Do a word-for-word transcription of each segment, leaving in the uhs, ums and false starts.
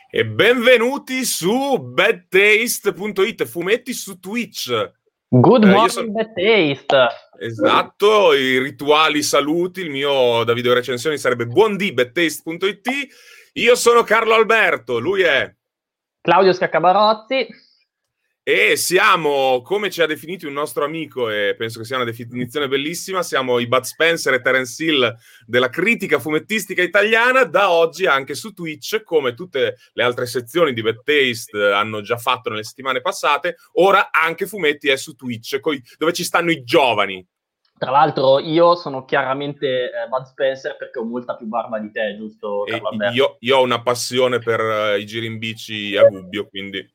E benvenuti su bad taste punto it, fumetti su Twitch. Good Eh, io morning, sono- Bad Taste. Esatto, i rituali saluti, il mio da video recensioni sarebbe buondì bad taste punto it. Io sono Carlo Alberto, lui è... Claudio Scaccabarozzi. E siamo, come ci ha definito un nostro amico, e penso che sia una definizione bellissima, siamo i Bud Spencer e Terence Hill della critica fumettistica italiana, da oggi anche su Twitch, come tutte le altre sezioni di Bad Taste hanno già fatto nelle settimane passate. Ora anche Fumetti è su Twitch, coi, dove ci stanno i giovani. Tra l'altro io sono chiaramente eh, Bud Spencer perché ho molta più barba di te, giusto E Carlo Alberto? io, io ho una passione per uh, i giri in bici a Gubbio, quindi...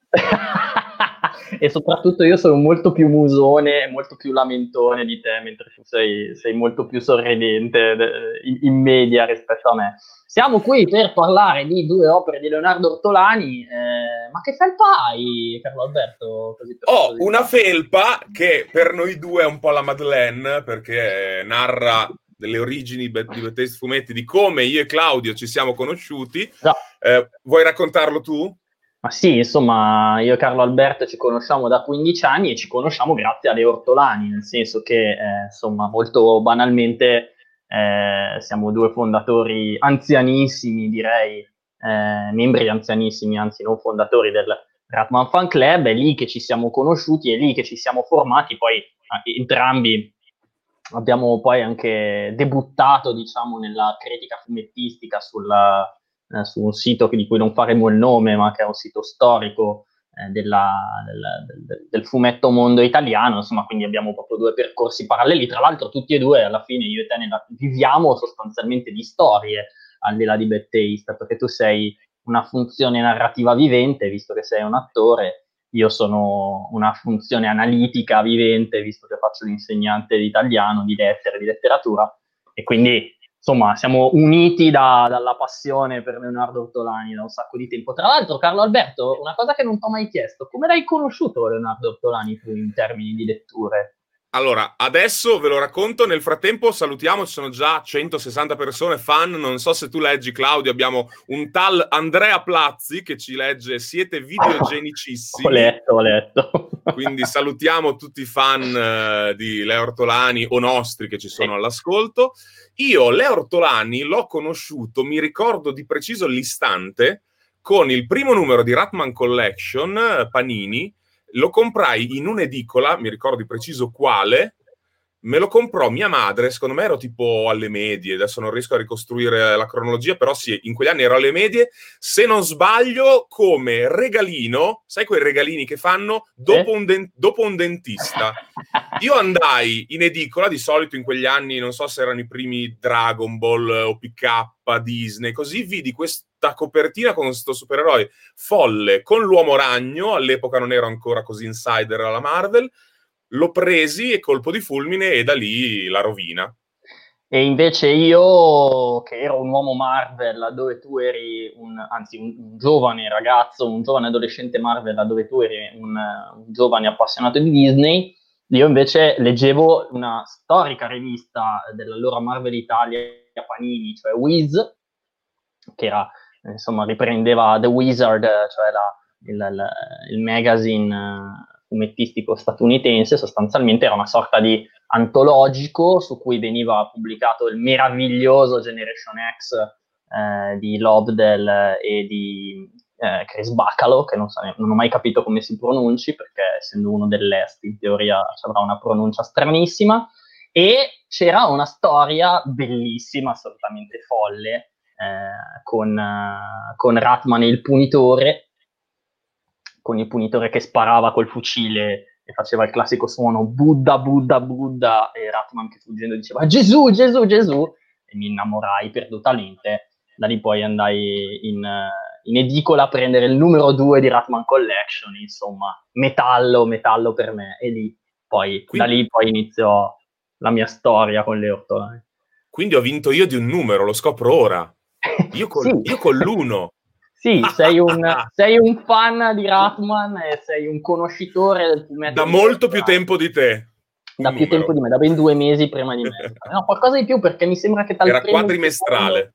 E soprattutto io sono molto più musone, molto più lamentone di te, mentre tu sei, sei molto più sorridente in, in media rispetto a me. Siamo qui per parlare di due opere di Leonardo Ortolani, eh, ma che felpa hai, Carlo Alberto? Così per Ho curiosità. una felpa che per noi due è un po' la Madeleine, perché narra delle origini be- di Bad Taste Fumetti, di come io e Claudio ci siamo conosciuti. Già. Eh, vuoi raccontarlo tu? Ma sì, insomma, io e Carlo Alberto ci conosciamo da quindici anni e ci conosciamo grazie alle Ortolani, nel senso che, eh, insomma, molto banalmente eh, siamo due fondatori anzianissimi, direi, eh, membri anzianissimi, anzi non fondatori del Ratman Fan Club. È lì che ci siamo conosciuti, è lì che ci siamo formati, poi eh, entrambi abbiamo poi anche debuttato, diciamo, nella critica fumettistica sulla eh, su un sito di cui non faremo il nome, ma che è un sito storico eh, della, del, del, del fumetto mondo italiano, insomma, quindi abbiamo proprio due percorsi paralleli, tra l'altro tutti e due, alla fine io e te nella, viviamo sostanzialmente di storie, al di là di Bad Taste, perché tu sei una funzione narrativa vivente, visto che sei un attore, io sono una funzione analitica vivente, visto che faccio l'insegnante di italiano, di lettere, di letteratura, e quindi insomma, siamo uniti da, dalla passione per Leonardo Ortolani da un sacco di tempo. Tra l'altro, Carlo Alberto, una cosa che non ti ho mai chiesto, come l'hai conosciuto Leonardo Ortolani tu in termini di letture? Allora, adesso ve lo racconto, nel frattempo salutiamo, ci sono già centosessanta persone fan, non so se tu leggi Claudio, abbiamo un tal Andrea Plazzi che ci legge, siete videogenicissimi. Ho letto, ho letto. Quindi salutiamo tutti i fan uh, di Leo Ortolani o nostri che ci sono sì. all'ascolto. Io Leo Ortolani l'ho conosciuto, mi ricordo di preciso l'istante, con il primo numero di Ratman Collection, Panini. Lo comprai in un'edicola, mi ricordo di preciso quale, me lo comprò mia madre, secondo me ero tipo alle medie, adesso non riesco a ricostruire la cronologia, però sì, in quegli anni ero alle medie, se non sbaglio come regalino, sai quei regalini che fanno dopo, eh? un, den- dopo un dentista. Io andai in edicola, di solito in quegli anni, non so se erano i primi Dragon Ball o P K, Disney, così vidi questa copertina con questo supereroe folle, con l'uomo ragno, all'epoca non ero ancora così insider alla Marvel, l'ho presi e colpo di fulmine e da lì la rovina. E invece io, che ero un uomo Marvel, dove tu eri un, anzi un, un giovane ragazzo, un giovane adolescente Marvel, dove tu eri un, un giovane appassionato di Disney, io invece leggevo una storica rivista dell'allora Marvel Italia Panini, cioè Wiz, che era, insomma, riprendeva The Wizard, cioè la, il, il, il magazine fumettistico statunitense. Sostanzialmente era una sorta di antologico su cui veniva pubblicato il meraviglioso Generation X eh, di Lobdell e di eh, Chris Bacalo, che non, so, non ho mai capito come si pronunci, perché essendo uno dell'Est in teoria avrà una pronuncia stranissima, e c'era una storia bellissima, assolutamente folle, eh, con, uh, con Ratman e il punitore, con il punitore che sparava col fucile e faceva il classico suono Buddha, Buddha, Buddha, e Ratman che fuggendo diceva Gesù, Gesù, Gesù, e mi innamorai perdutamente. Da lì poi andai in, in edicola a prendere il numero due di Ratman Collection, insomma, metallo, metallo per me, e lì poi, quindi, da lì poi iniziò la mia storia con le Ortolani. Quindi ho vinto io di un numero, lo scopro ora. Io, col, sì. io con l'uno. Sì, sei un, sei un fan di Ratman e sei un conoscitore del fumetto. Da molto più tempo di te. Da più tempo di me, da ben due mesi prima di me. No, qualcosa di più, perché mi sembra che dal Era primo quadrimestrale. secondo,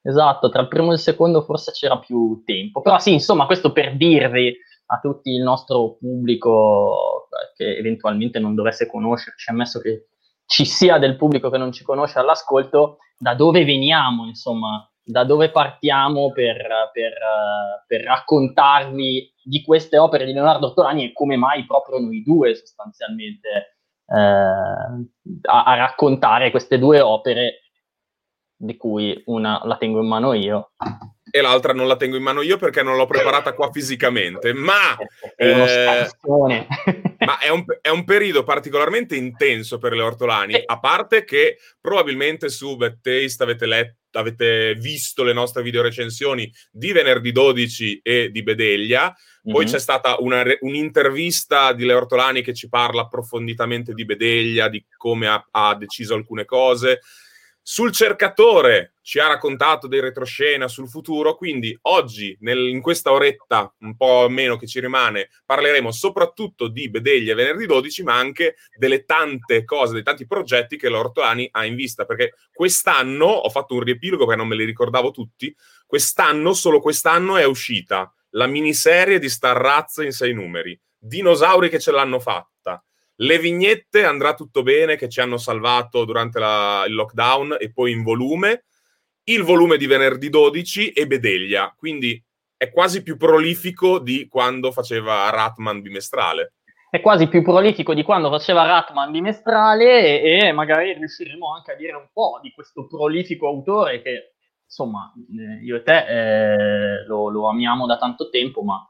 esatto, tra il primo e il secondo forse c'era più tempo. Però sì, insomma, questo per dirvi a tutti il nostro pubblico che eventualmente non dovesse conoscerci, ammesso che ci sia del pubblico che non ci conosce all'ascolto, da dove veniamo, insomma, da dove partiamo per, per, per raccontarvi di queste opere di Leonardo Ortolani e come mai proprio noi due sostanzialmente eh, a, a raccontare queste due opere, di cui una la tengo in mano io e l'altra non la tengo in mano io perché non l'ho preparata qua fisicamente, ma sei uno eh, scarsone. ma è un, è un periodo particolarmente intenso per le Ortolani, a parte che probabilmente su Bad Taste avete letto, avete visto le nostre videorecensioni di venerdì dodici e di Bedeglia. Poi mm-hmm. c'è stata una, un'intervista di Leo Ortolani che ci parla approfonditamente di Bedeglia, di come ha, ha deciso alcune cose. Sul cercatore ci ha raccontato dei retroscena sul futuro, quindi oggi, nel, in questa oretta, un po' meno che ci rimane, parleremo soprattutto di Bedeglia e venerdì dodici, ma anche delle tante cose, dei tanti progetti che l'Ortolani ha in vista, perché quest'anno, ho fatto un riepilogo perché non me li ricordavo tutti, quest'anno, solo quest'anno è uscita la miniserie di Starrazza in sei numeri, dinosauri che ce l'hanno fatta, le vignette Andrà tutto bene che ci hanno salvato durante la, il lockdown e poi in volume, il volume di venerdì dodici e Bedeglia, quindi è quasi più prolifico di quando faceva Ratman bimestrale. È quasi più prolifico di quando faceva Ratman bimestrale e, e magari riusciremo anche a dire un po' di questo prolifico autore che, insomma, io e te eh, lo, lo amiamo da tanto tempo, ma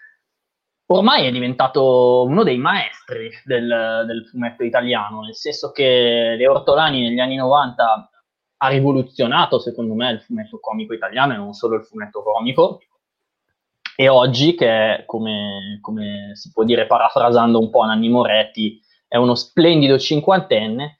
ormai è diventato uno dei maestri del, del fumetto italiano, nel senso che Leo Ortolani negli anni novanta ha rivoluzionato, secondo me, il fumetto comico italiano e non solo il fumetto comico. E oggi, che è, come, come si può dire parafrasando un po' Nanni Moretti, è uno splendido cinquantenne,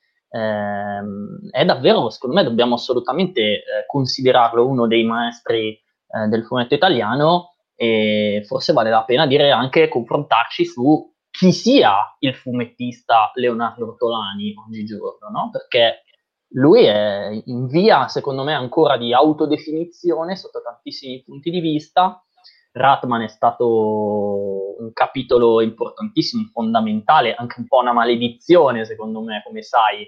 ehm, è davvero, secondo me, dobbiamo assolutamente eh, considerarlo uno dei maestri eh, del fumetto italiano. E forse vale la pena dire anche confrontarci su chi sia il fumettista Leonardo Ortolani oggigiorno, no? Perché lui è in via, secondo me, ancora di autodefinizione sotto tantissimi punti di vista. Ratman è stato un capitolo importantissimo, fondamentale, anche un po' una maledizione, secondo me, come sai,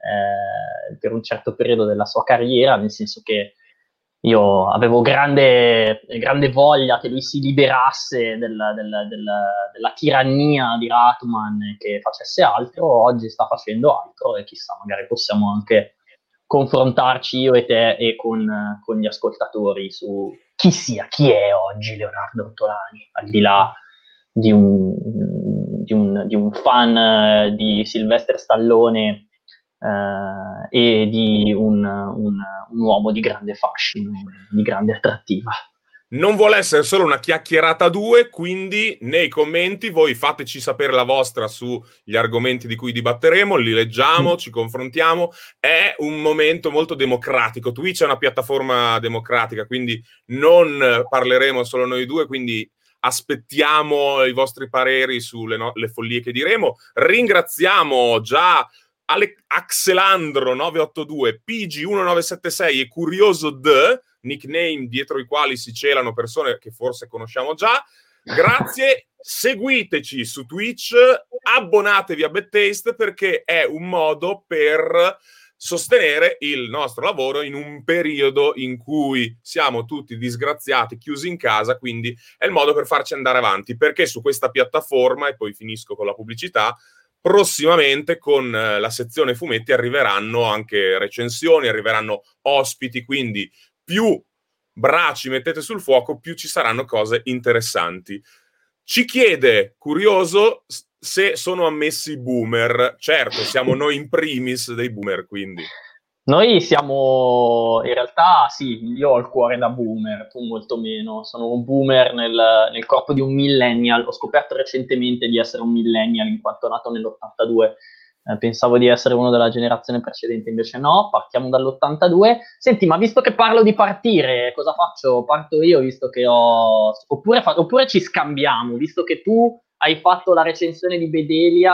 eh, per un certo periodo della sua carriera, nel senso che io avevo grande, grande voglia che lui si liberasse della, della, della, della tirannia di Ratman e che facesse altro. Oggi sta facendo altro e chissà, magari possiamo anche confrontarci io e te e con, con gli ascoltatori su chi sia, chi è oggi Leonardo Ortolani, al di là di un, di un, di un fan di Sylvester Stallone Uh, e di un, un, un uomo di grande fascino, di grande attrattiva. Non vuole essere solo una chiacchierata a due, quindi nei commenti voi fateci sapere la vostra sugli argomenti di cui dibatteremo, li leggiamo, mm. ci confrontiamo. È un momento molto democratico. Twitch è una piattaforma democratica, quindi non parleremo solo noi due, quindi aspettiamo i vostri pareri sulle no- le follie che diremo. Ringraziamo già Ale- Axelandro nove otto due, P G uno nove sette sei e Curioso D, nickname dietro i quali si celano persone che forse conosciamo già. Grazie, seguiteci su Twitch, abbonatevi a Bad Taste perché è un modo per sostenere il nostro lavoro in un periodo in cui siamo tutti disgraziati, chiusi in casa, quindi è il modo per farci andare avanti, perché su questa piattaforma, e poi finisco con la pubblicità, prossimamente con eh, la sezione fumetti arriveranno anche recensioni, arriveranno ospiti, quindi più bracci mettete sul fuoco, più ci saranno cose interessanti. Ci chiede, curioso, se sono ammessi i boomer. Certo, siamo noi in primis dei boomer, quindi. Noi siamo, in realtà sì, io ho il cuore da boomer, tu molto meno, sono un boomer nel, nel corpo di un millennial, ho scoperto recentemente di essere un millennial in quanto nato nell'ottantadue, eh, pensavo di essere uno della generazione precedente, invece no, partiamo dall'ottantadue. Senti, ma visto che parlo di partire, cosa faccio? Parto io, visto che ho... Oppure, fa... Oppure ci scambiamo, visto che tu hai fatto la recensione di Bedeglia.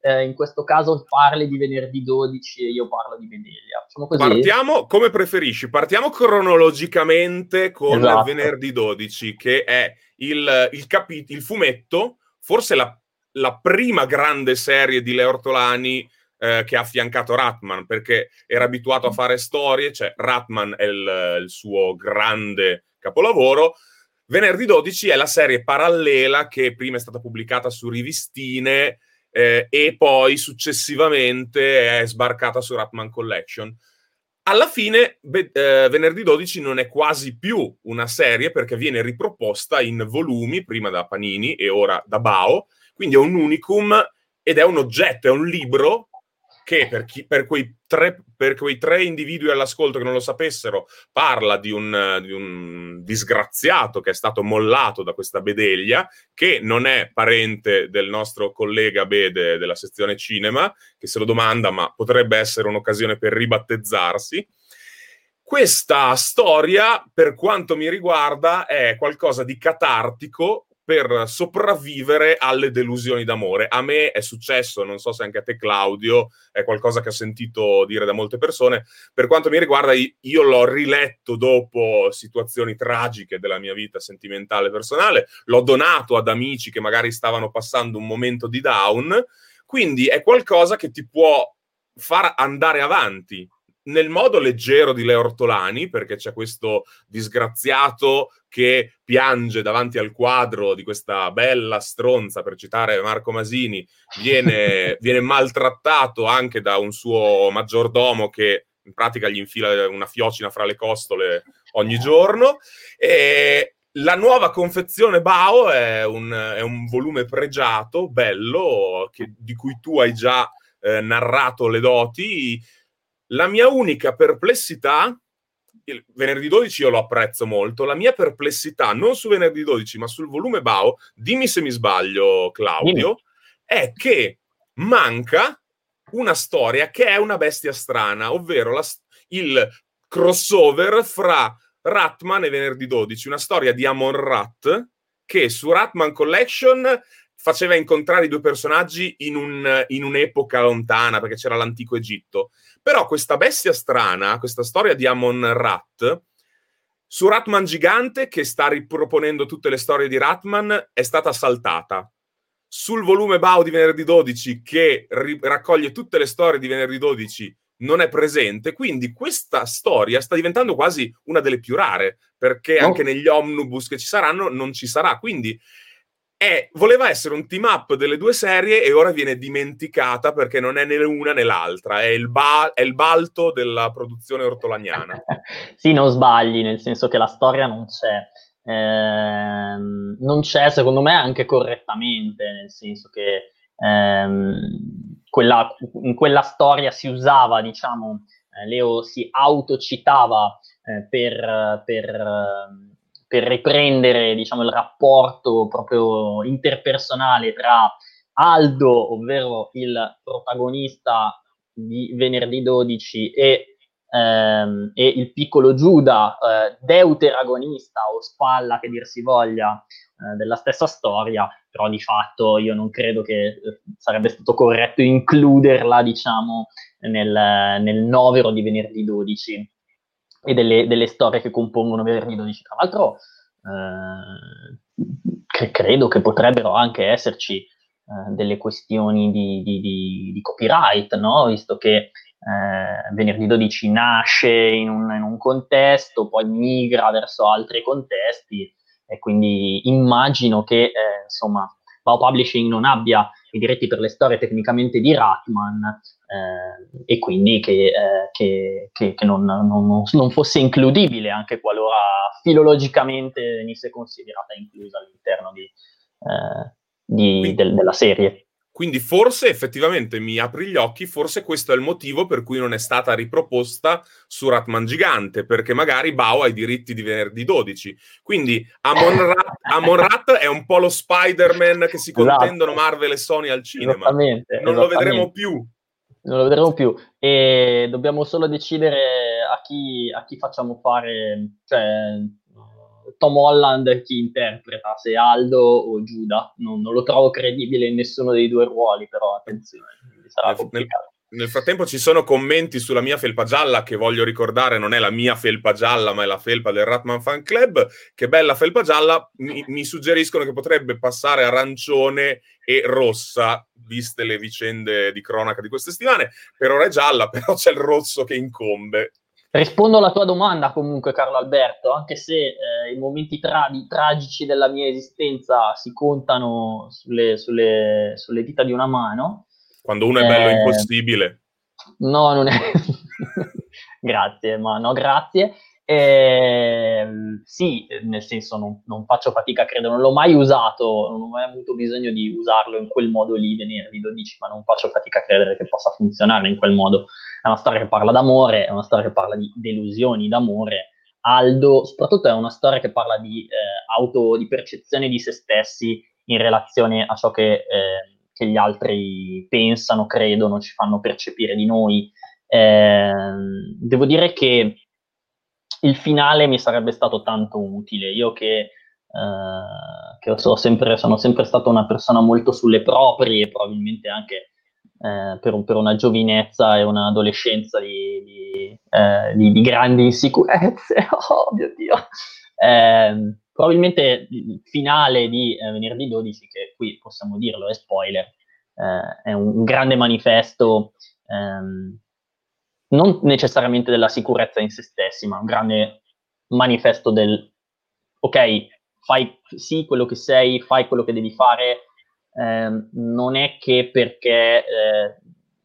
eh, in questo caso parli di venerdì dodici e io parlo di Bedelia. Facciamo così? Partiamo come preferisci, partiamo cronologicamente con Esatto. venerdì dodici, che è il, il, capi- il fumetto, forse la, la prima grande serie di Leo Ortolani eh, che ha affiancato Ratman, perché era abituato a fare storie, cioè Ratman è il, il suo grande capolavoro. Venerdì dodici è la serie parallela che prima è stata pubblicata su rivistine eh, e poi successivamente è sbarcata su Ratman Collection. Alla fine, be- eh, Venerdì dodici non è quasi più una serie perché viene riproposta in volumi, prima da Panini e ora da Bao, quindi è un unicum ed è un oggetto, è un libro che per, chi, per, quei tre, per quei tre individui all'ascolto che non lo sapessero, parla di un, di un disgraziato che è stato mollato da questa Bedelia, che non è parente del nostro collega Bede della sezione cinema, che se lo domanda, ma potrebbe essere un'occasione per ribattezzarsi. Questa storia, per quanto mi riguarda, è qualcosa di catartico per sopravvivere alle delusioni d'amore. A me è successo, non so se anche a te Claudio, è qualcosa che ho sentito dire da molte persone. Per quanto mi riguarda, io l'ho riletto dopo situazioni tragiche della mia vita sentimentale personale, l'ho donato ad amici che magari stavano passando un momento di down, quindi è qualcosa che ti può far andare avanti nel modo leggero di Leo Ortolani, perché c'è questo disgraziato che piange davanti al quadro di questa bella stronza, per citare Marco Masini, viene, viene maltrattato anche da un suo maggiordomo che in pratica gli infila una fiocina fra le costole ogni giorno. E la nuova confezione Bao è un, è un volume pregiato, bello, che, di cui tu hai già eh, narrato le doti. La mia unica perplessità, il venerdì dodici io lo apprezzo molto, la mia perplessità non su venerdì dodici ma sul volume Bao, dimmi se mi sbaglio Claudio, Dimmi. è che manca una storia che è una bestia strana, ovvero la, il crossover fra Ratman e venerdì dodici, una storia di Amon-Rat che su Ratman Collection faceva incontrare i due personaggi in, un, in un'epoca lontana, perché c'era l'antico Egitto. Però questa bestia strana, questa storia di Amon-Rat, su Ratman Gigante, che sta riproponendo tutte le storie di Ratman, è stata saltata. Sul volume Bao di venerdì dodici, che ri- raccoglie tutte le storie di venerdì dodici, non è presente, quindi questa storia sta diventando quasi una delle più rare, perché No. anche negli omnibus che ci saranno non ci sarà, quindi è, voleva essere un team up delle due serie e ora viene dimenticata perché non è né l'una né l'altra, è il, ba- è il balto della produzione ortolaniana. Sì, non sbagli, nel senso che la storia non c'è. Ehm, non c'è, secondo me, anche correttamente, nel senso che ehm, quella, in quella storia si usava, diciamo, eh, Leo si autocitava eh, per, per, eh, per riprendere, diciamo, il rapporto proprio interpersonale tra Aldo, ovvero il protagonista di venerdì dodici, e Ehm, e il piccolo Giuda, eh, deuteragonista o spalla che dir si voglia eh, della stessa storia, però di fatto io non credo che eh, sarebbe stato corretto includerla, diciamo, nel, nel novero di venerdì dodici e delle, delle storie che compongono venerdì dodici. Tra l'altro eh, che credo che potrebbero anche esserci eh, delle questioni di, di, di, di copyright, no? Visto che Eh, venerdì dodici nasce in un, in un contesto, poi migra verso altri contesti e quindi immagino che eh, insomma Bao Publishing non abbia i diritti per le storie tecnicamente di Ratman eh, e quindi che, eh, che, che, che non, non, non fosse includibile anche qualora filologicamente venisse considerata inclusa all'interno di, eh, di, Quindi, del, della serie. quindi forse effettivamente mi apri gli occhi, forse questo è il motivo per cui non è stata riproposta su Ratman Gigante, perché magari Bao ha i diritti di venerdì dodici. Quindi Amon-Rat, Amon-Rat è un po' lo Spider-Man che si contendono Esatto. Marvel e Sony al cinema. Esattamente, Non lo vedremo esattamente. più. Non lo vedremo più e dobbiamo solo decidere a chi, a chi facciamo fare, cioè Tom Holland chi interpreta, se Aldo o Giuda, non, non lo trovo credibile in nessuno dei due ruoli, però attenzione, sarà nel, complicato. Nel, nel frattempo ci sono commenti sulla mia felpa gialla, che voglio ricordare non è la mia felpa gialla, ma è la felpa del Ratman Fan Club. Che bella felpa gialla, mi, mi suggeriscono che potrebbe passare arancione e rossa, viste le vicende di cronaca di queste settimane. Per ora è gialla, però c'è il rosso che incombe. Rispondo alla tua domanda comunque, Carlo Alberto, anche se eh, i momenti tra- tragici della mia esistenza si contano sulle, sulle, sulle dita di una mano. Quando uno è bello eh, impossibile. No, non è... Grazie, ma no, grazie. Eh, sì, nel senso non, non faccio fatica a credere, non l'ho mai usato, non ho mai avuto bisogno di usarlo in quel modo lì, venerdì dodici, ma non faccio fatica a credere che possa funzionare in quel modo. È una storia che parla d'amore, è una storia che parla di delusioni d'amore. Aldo, soprattutto è una storia che parla di eh, auto, di percezione di se stessi in relazione a ciò che, eh, che gli altri pensano, credono, ci fanno percepire di noi. Eh, devo dire che il finale mi sarebbe stato tanto utile. Io che, eh, che sono, sempre, sono sempre stata una persona molto sulle proprie e probabilmente anche eh, per, un, per una giovinezza e un'adolescenza di, di, eh, di, di grandi insicurezze. Oh mio Dio! Eh, probabilmente il finale di eh, venerdì dodici, che qui possiamo dirlo, è spoiler, eh, è un, un grande manifesto ehm, non necessariamente della sicurezza in se stessi, ma un grande manifesto del ok, fai sì quello che sei, fai quello che devi fare, eh, non è che perché eh,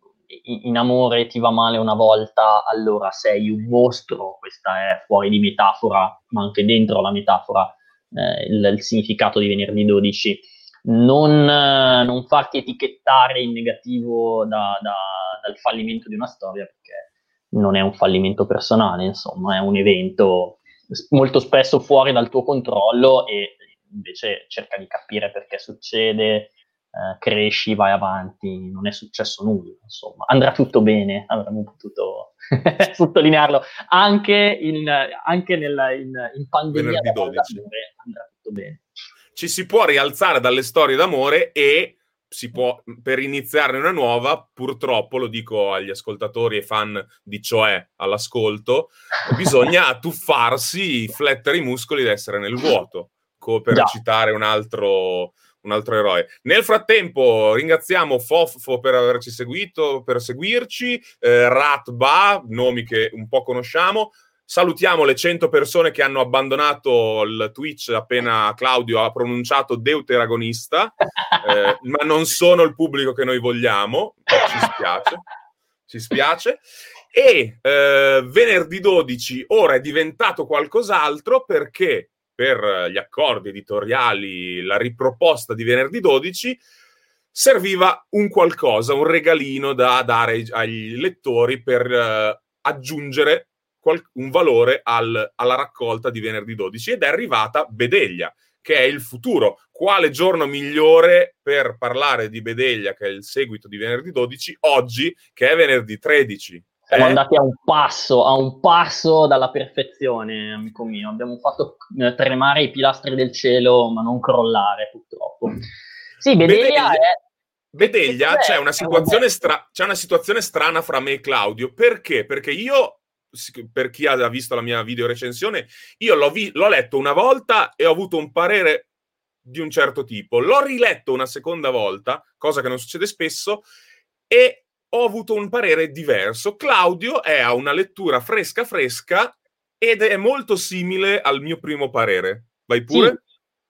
in amore ti va male una volta, allora sei un mostro. Questa è fuori di metafora, ma anche dentro la metafora, eh, il, il significato di venerdì dodici. Non, eh, non farti etichettare in negativo da, da, dal fallimento di una storia, perché non è un fallimento personale, insomma, è un evento molto spesso fuori dal tuo controllo e invece cerca di capire perché succede, eh, cresci, vai avanti, non è successo nulla, insomma, andrà tutto bene, avremmo potuto sottolinearlo, anche in, anche nella, in, in pandemia Venerdì dodici. andrà tutto bene. Ci si può rialzare dalle storie d'amore e si può, per iniziarne una nuova, purtroppo, lo dico agli ascoltatori e fan di Cioè all'ascolto, bisogna tuffarsi, flettere i muscoli ed essere nel vuoto, per Già. citare un altro, un altro eroe. Nel frattempo ringraziamo Fofo per averci seguito, per seguirci, eh, Ratba, nomi che un po' conosciamo. Salutiamo le cento persone che hanno abbandonato il Twitch appena Claudio ha pronunciato deuteragonista, eh, ma non sono il pubblico che noi vogliamo, ci spiace, ci spiace. E eh, venerdì dodici ora è diventato qualcos'altro, perché per gli accordi editoriali, la riproposta di venerdì dodici, serviva un qualcosa, un regalino da dare ai, agli lettori per eh, aggiungere un valore al, alla raccolta di venerdì dodici, ed è arrivata Bedeglia, che è il futuro. Quale giorno migliore per parlare di Bedeglia, che è il seguito di venerdì dodici, oggi che è venerdì tredici? Siamo eh? andati a un passo, a un passo dalla perfezione, amico mio. Abbiamo fatto tremare i pilastri del cielo, ma non crollare, purtroppo. Sì, Bedeglia, Bedeglia è... Bedeglia c'è una situazione stra- c'è una situazione strana fra me e Claudio. Perché? Perché io, per chi ha visto la mia video recensione, io l'ho, vi- l'ho letto una volta e ho avuto un parere di un certo tipo. L'ho riletto una seconda volta, cosa che non succede spesso, e ho avuto un parere diverso. Claudio è a una lettura fresca fresca ed è molto simile al mio primo parere. Vai pure? Sì.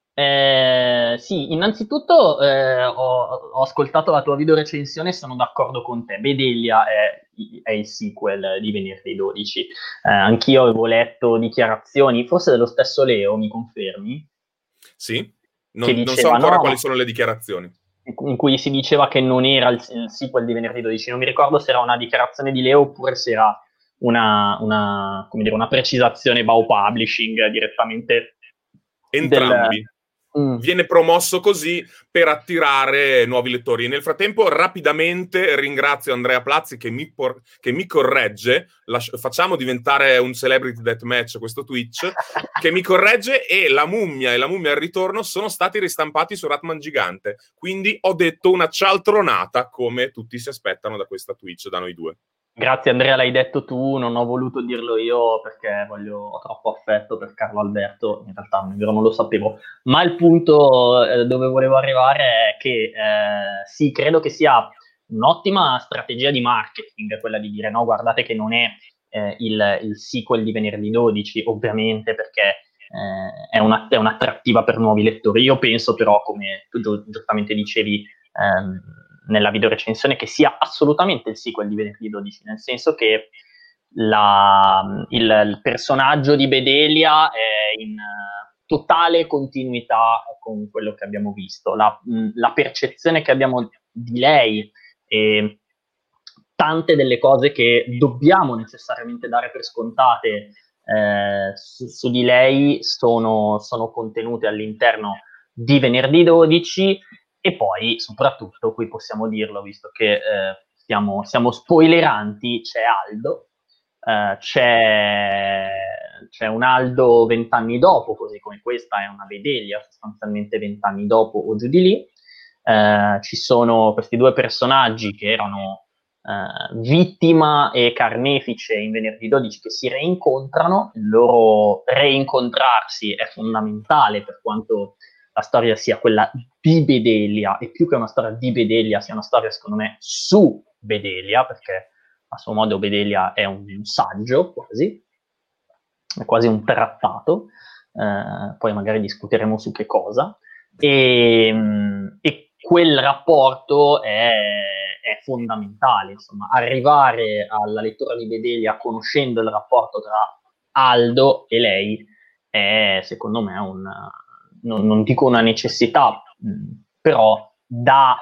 Eh, sì, innanzitutto eh, ho, ho ascoltato la tua video recensione e sono d'accordo con te. Bedeglia è, è il sequel di venerdì dodici. Eh, anch'io avevo letto dichiarazioni, forse dello stesso Leo, mi confermi? Sì, non, diceva, non so ancora no, quali sono le dichiarazioni. In cui si diceva che non era il, il sequel di venerdì dodici. Non mi ricordo se era una dichiarazione di Leo oppure se era una, una, come dire, una precisazione Bau Publishing direttamente. Entrambi. Del... mm. viene promosso così per attirare nuovi lettori. E nel frattempo rapidamente ringrazio Andrea Plazzi che mi, por- che mi corregge, Lasci- facciamo diventare un celebrity deathmatch questo Twitch, che mi corregge, e la mummia e la mummia al ritorno sono stati ristampati su Ratman Gigante, quindi ho detto una cialtronata come tutti si aspettano da questa Twitch, da noi due. Grazie Andrea, l'hai detto tu, non ho voluto dirlo io perché voglio, ho troppo affetto per Carlo Alberto, in realtà non lo sapevo, ma il punto eh, dove volevo arrivare è che eh, sì, credo che sia un'ottima strategia di marketing quella di dire no, guardate che non è eh, il, il sequel di Venerdì dodici, ovviamente, perché eh, è, una, è un'attrattiva per nuovi lettori. Io penso però, come tu gi- giustamente dicevi ehm, nella videorecensione, che sia assolutamente il sequel di Venerdì dodici, nel senso che la, il, il personaggio di Bedelia è in uh, totale continuità con quello che abbiamo visto. La, mh, la percezione che abbiamo di lei e tante delle cose che dobbiamo necessariamente dare per scontate eh, su, su di lei sono, sono contenute all'interno di Venerdì dodici. E poi, soprattutto, qui possiamo dirlo, visto che eh, siamo, siamo spoileranti, c'è Aldo, eh, c'è, c'è un Aldo vent'anni dopo, così come questa è una Bedelia, sostanzialmente vent'anni dopo o giù di lì. Eh, ci sono questi due personaggi che erano eh, vittima e carnefice in Venerdì dodici che si reincontrano. Il loro reincontrarsi è fondamentale per quanto la storia sia quella di Bedelia, e più che una storia di Bedelia sia una storia, secondo me, su Bedelia, perché a suo modo Bedelia è un, un saggio, quasi, è quasi un trattato, eh, poi magari discuteremo su che cosa, e, e quel rapporto è, è fondamentale, insomma, arrivare alla lettura di Bedelia conoscendo il rapporto tra Aldo e lei è, secondo me, un... Non, non dico una necessità, però da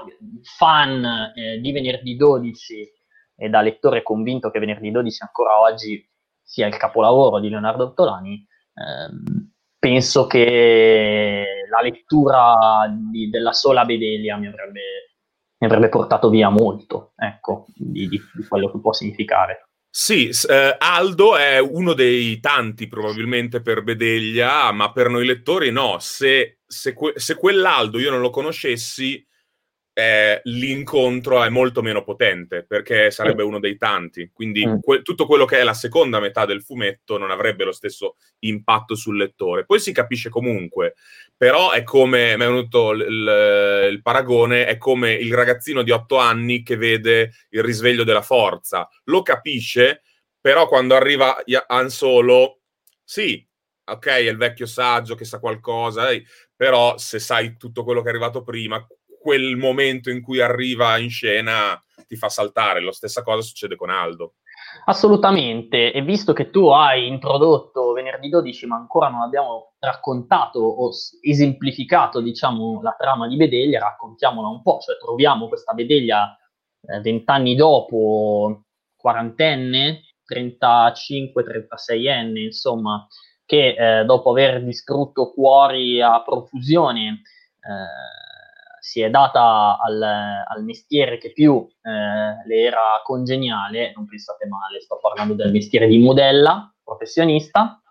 fan eh, di Venerdì dodici e da lettore convinto che Venerdì dodici ancora oggi sia il capolavoro di Leonardo Ottolani, ehm, penso che la lettura di, della sola Bedelia mi avrebbe, mi avrebbe portato via molto, ecco, di, di, di quello che può significare. Sì, eh, Aldo è uno dei tanti probabilmente per Bedelia, ma per noi lettori no. Se, se, que- se quell'Aldo io non lo conoscessi, eh, l'incontro è molto meno potente, perché sarebbe uno dei tanti. Quindi que- tutto quello che è la seconda metà del fumetto non avrebbe lo stesso impatto sul lettore. Poi si capisce comunque, però è come, mi è venuto il, il, il paragone, è come il ragazzino di otto anni che vede il risveglio della forza. Lo capisce, però quando arriva Han Solo, sì, ok, è il vecchio saggio che sa qualcosa, eh, però se sai tutto quello che è arrivato prima, quel momento in cui arriva in scena ti fa saltare. La stessa cosa succede con Aldo. Assolutamente, e visto che tu hai introdotto Venerdì dodici, ma ancora non abbiamo raccontato o esemplificato, diciamo, la trama di Bedelia, raccontiamola un po'. Cioè, troviamo questa Bedelia vent'anni eh, dopo, quarantenne, trentacinque trentaseienne, insomma, che eh, dopo aver distrutto cuori a profusione eh, si è data al, al mestiere che più eh, le era congeniale. Non pensate male, sto parlando del mestiere di modella professionista.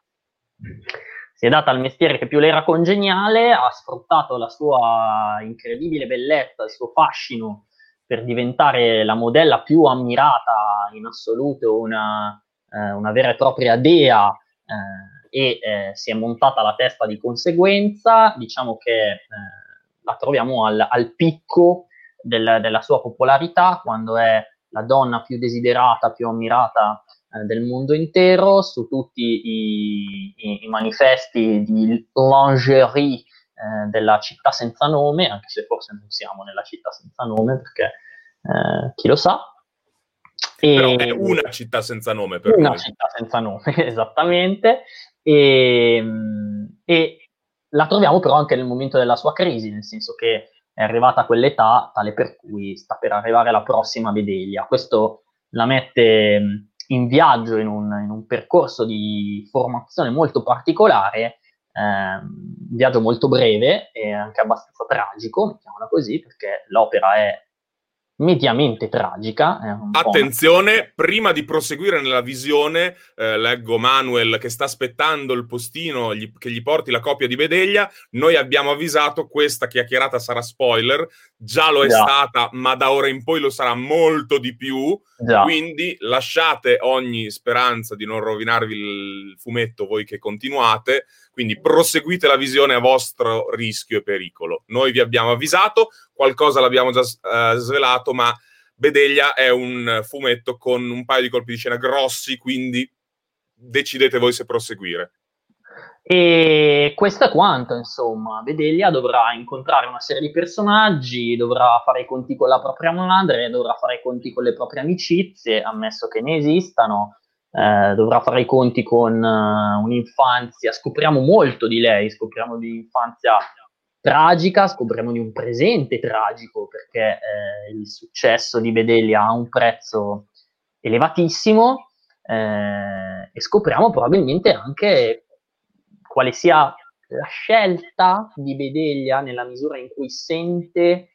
Si è data al mestiere che più le era congeniale, ha sfruttato la sua incredibile bellezza, il suo fascino per diventare la modella più ammirata in assoluto, una, eh, una vera e propria dea, eh, e eh, si è montata la testa di conseguenza. Diciamo che eh, la troviamo al, al picco del, della sua popolarità, quando è la donna più desiderata, più ammirata eh, del mondo intero, su tutti i, i, i manifesti di lingerie eh, della città senza nome, anche se forse non siamo nella città senza nome, perché eh, chi lo sa. Però è una città senza nome per una noi. Una città senza nome, esattamente. E, e la troviamo però anche nel momento della sua crisi, nel senso che è arrivata a quell'età tale per cui sta per arrivare la prossima Bedelia. Questo la mette in viaggio in un, in un percorso di formazione molto particolare, un viaggio molto breve e anche abbastanza tragico, mettiamola così, perché l'opera è mediamente tragica. È un Attenzione, una... prima di proseguire nella visione, eh, leggo Manuel che sta aspettando il postino gli, che gli porti la copia di Bedeglia. Noi abbiamo avvisato, questa chiacchierata sarà spoiler, già lo è Già. stata, ma da ora in poi lo sarà molto di più. Già. Quindi lasciate ogni speranza di non rovinarvi il fumetto voi che continuate, quindi proseguite la visione a vostro rischio e pericolo. Noi vi abbiamo avvisato, qualcosa l'abbiamo già uh, svelato, ma Bedeglia è un fumetto con un paio di colpi di scena grossi, quindi decidete voi se proseguire. E questo è quanto, insomma. Bedeglia dovrà incontrare una serie di personaggi, dovrà fare i conti con la propria madre, dovrà fare i conti con le proprie amicizie, ammesso che ne esistano, eh, dovrà fare i conti con uh, un'infanzia, scopriamo molto di lei, scopriamo di un'infanzia tragica, scopriamo di un presente tragico, perché eh, il successo di Bedeglia ha un prezzo elevatissimo, eh, e scopriamo probabilmente anche quale sia la scelta di Bedeglia nella misura in cui sente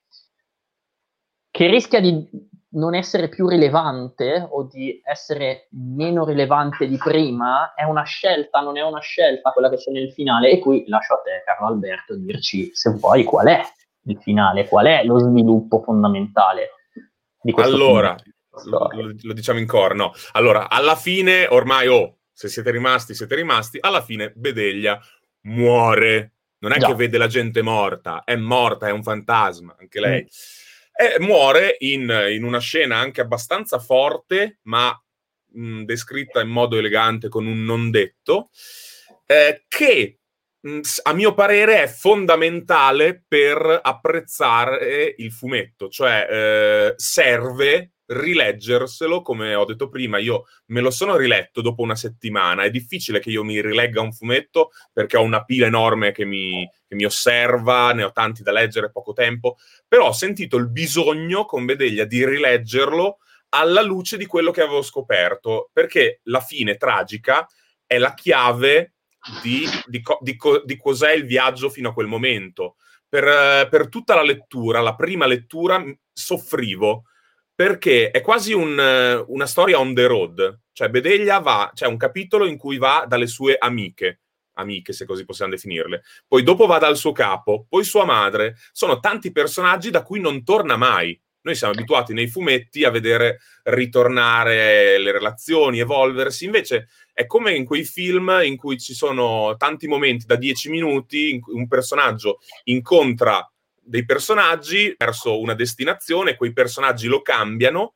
che rischia di non essere più rilevante o di essere meno rilevante di prima. È una scelta, non è una scelta quella che c'è nel finale, e qui lascio a te, Carlo Alberto, dirci se vuoi qual è il finale, qual è lo sviluppo fondamentale di questo allora, film. lo, lo diciamo in coro, no. Allora, alla fine, ormai, oh, se siete rimasti, siete rimasti, alla fine Bedeglia muore. Non è Già. che vede la gente morta, è morta, è un fantasma, anche lei. Mm. E muore in, in una scena anche abbastanza forte, ma mh, descritta in modo elegante con un non detto, eh, che mh, a mio parere è fondamentale per apprezzare il fumetto, cioè eh, serve rileggerselo. Come ho detto prima, io me lo sono riletto dopo una settimana. È difficile che io mi rilegga un fumetto perché ho una pila enorme che mi, che mi osserva, ne ho tanti da leggere, poco tempo, però ho sentito il bisogno con Bedeglia di rileggerlo alla luce di quello che avevo scoperto, perché la fine tragica è la chiave di, di, di, di cos'è il viaggio fino a quel momento. Per, per tutta la lettura, la prima lettura, soffrivo, perché è quasi un, una storia on the road. Cioè Bedeglia va, c'è un capitolo in cui va dalle sue amiche, amiche se così possiamo definirle, poi dopo va dal suo capo, poi sua madre. Sono tanti personaggi da cui non torna mai. Noi siamo abituati nei fumetti a vedere ritornare le relazioni, evolversi, invece è come in quei film in cui ci sono tanti momenti da dieci minuti in cui un personaggio incontra dei personaggi verso una destinazione, quei personaggi lo cambiano,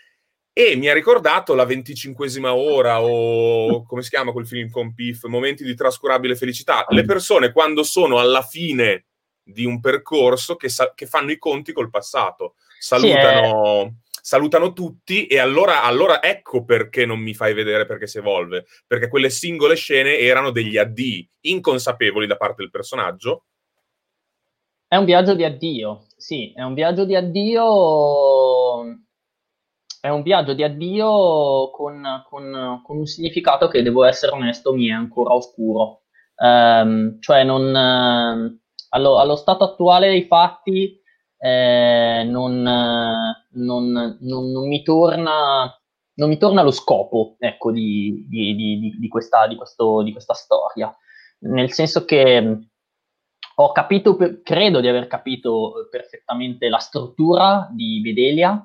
e mi ha ricordato La venticinquesima ora, o come si chiama quel film con Piff, Momenti di trascurabile felicità. Le persone quando sono alla fine di un percorso che, sa- che fanno i conti col passato, salutano, sì, è... salutano tutti, e allora, allora ecco perché non mi fai vedere perché si evolve, perché quelle singole scene erano degli addii inconsapevoli da parte del personaggio. È un viaggio di addio, sì, è un viaggio di addio, è un viaggio di addio con, con, con un significato che, devo essere onesto, mi è ancora oscuro. Um, cioè, non, uh, allo, allo stato attuale dei fatti, eh, non, uh, non, non, non mi torna, non mi torna lo scopo, ecco, di, di, di, di, questa, di, questo, di questa storia. Nel senso che ho capito, credo di aver capito perfettamente la struttura di Bedeglia.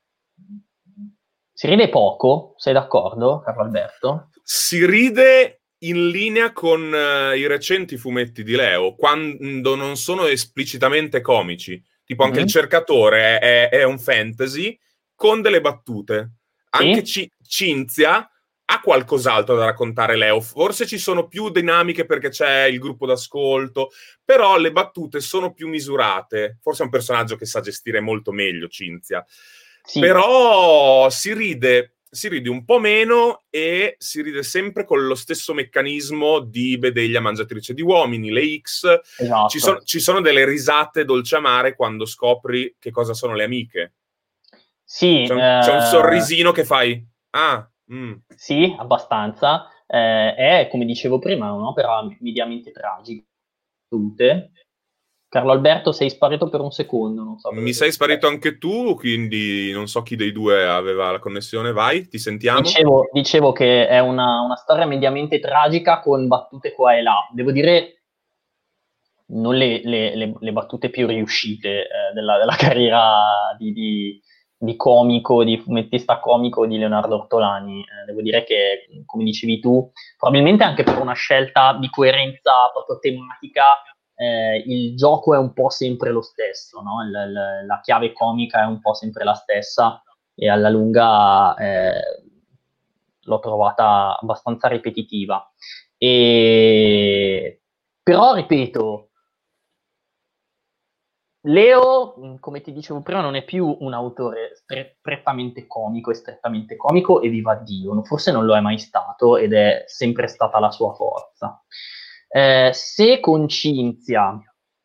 Si ride poco, sei d'accordo, Carlo Alberto? Si ride in linea con uh, i recenti fumetti di Leo, quando non sono esplicitamente comici. Tipo anche mm-hmm. Il cercatore è, è un fantasy con delle battute. Sì? Anche C- Cinzia ha qualcos'altro da raccontare Leo. Forse ci sono più dinamiche perché c'è il gruppo d'ascolto, però le battute sono più misurate. Forse è un personaggio che sa gestire molto meglio Cinzia. Sì. Però si ride, si ride un po' meno, e si ride sempre con lo stesso meccanismo di Bedeglia mangiatrice di uomini, le X. Esatto. Ci, son, ci sono delle risate dolce amare quando scopri che cosa sono le amiche. Sì. C'è un, eh... c'è un sorrisino che fai... Ah, mm. Sì, abbastanza. eh, è, come dicevo prima, un'opera mediamente tragica. Carlo Alberto, sei sparito per un secondo, non so Mi cosa sei sia sparito successo. anche tu, quindi non so chi dei due aveva la connessione. Vai, ti sentiamo. Dicevo, dicevo che è una, una storia mediamente tragica con battute qua e là. Devo dire, non le, le- le- le battute più riuscite eh, della, della carriera di, di- di comico, di fumettista comico di Leonardo Ortolani. Eh, devo dire che, come dicevi tu, probabilmente anche per una scelta di coerenza proprio tematica, eh, il gioco è un po' sempre lo stesso, no? Il- il- la chiave comica è un po' sempre la stessa e alla lunga eh, l'ho trovata abbastanza ripetitiva. E... Però, ripeto, Leo, mh, come ti dicevo prima, non è più un autore stre- prettamente comico e strettamente comico, e viva Dio, no- forse non lo è mai stato ed è sempre stata la sua forza. Eh, se con Cinzia,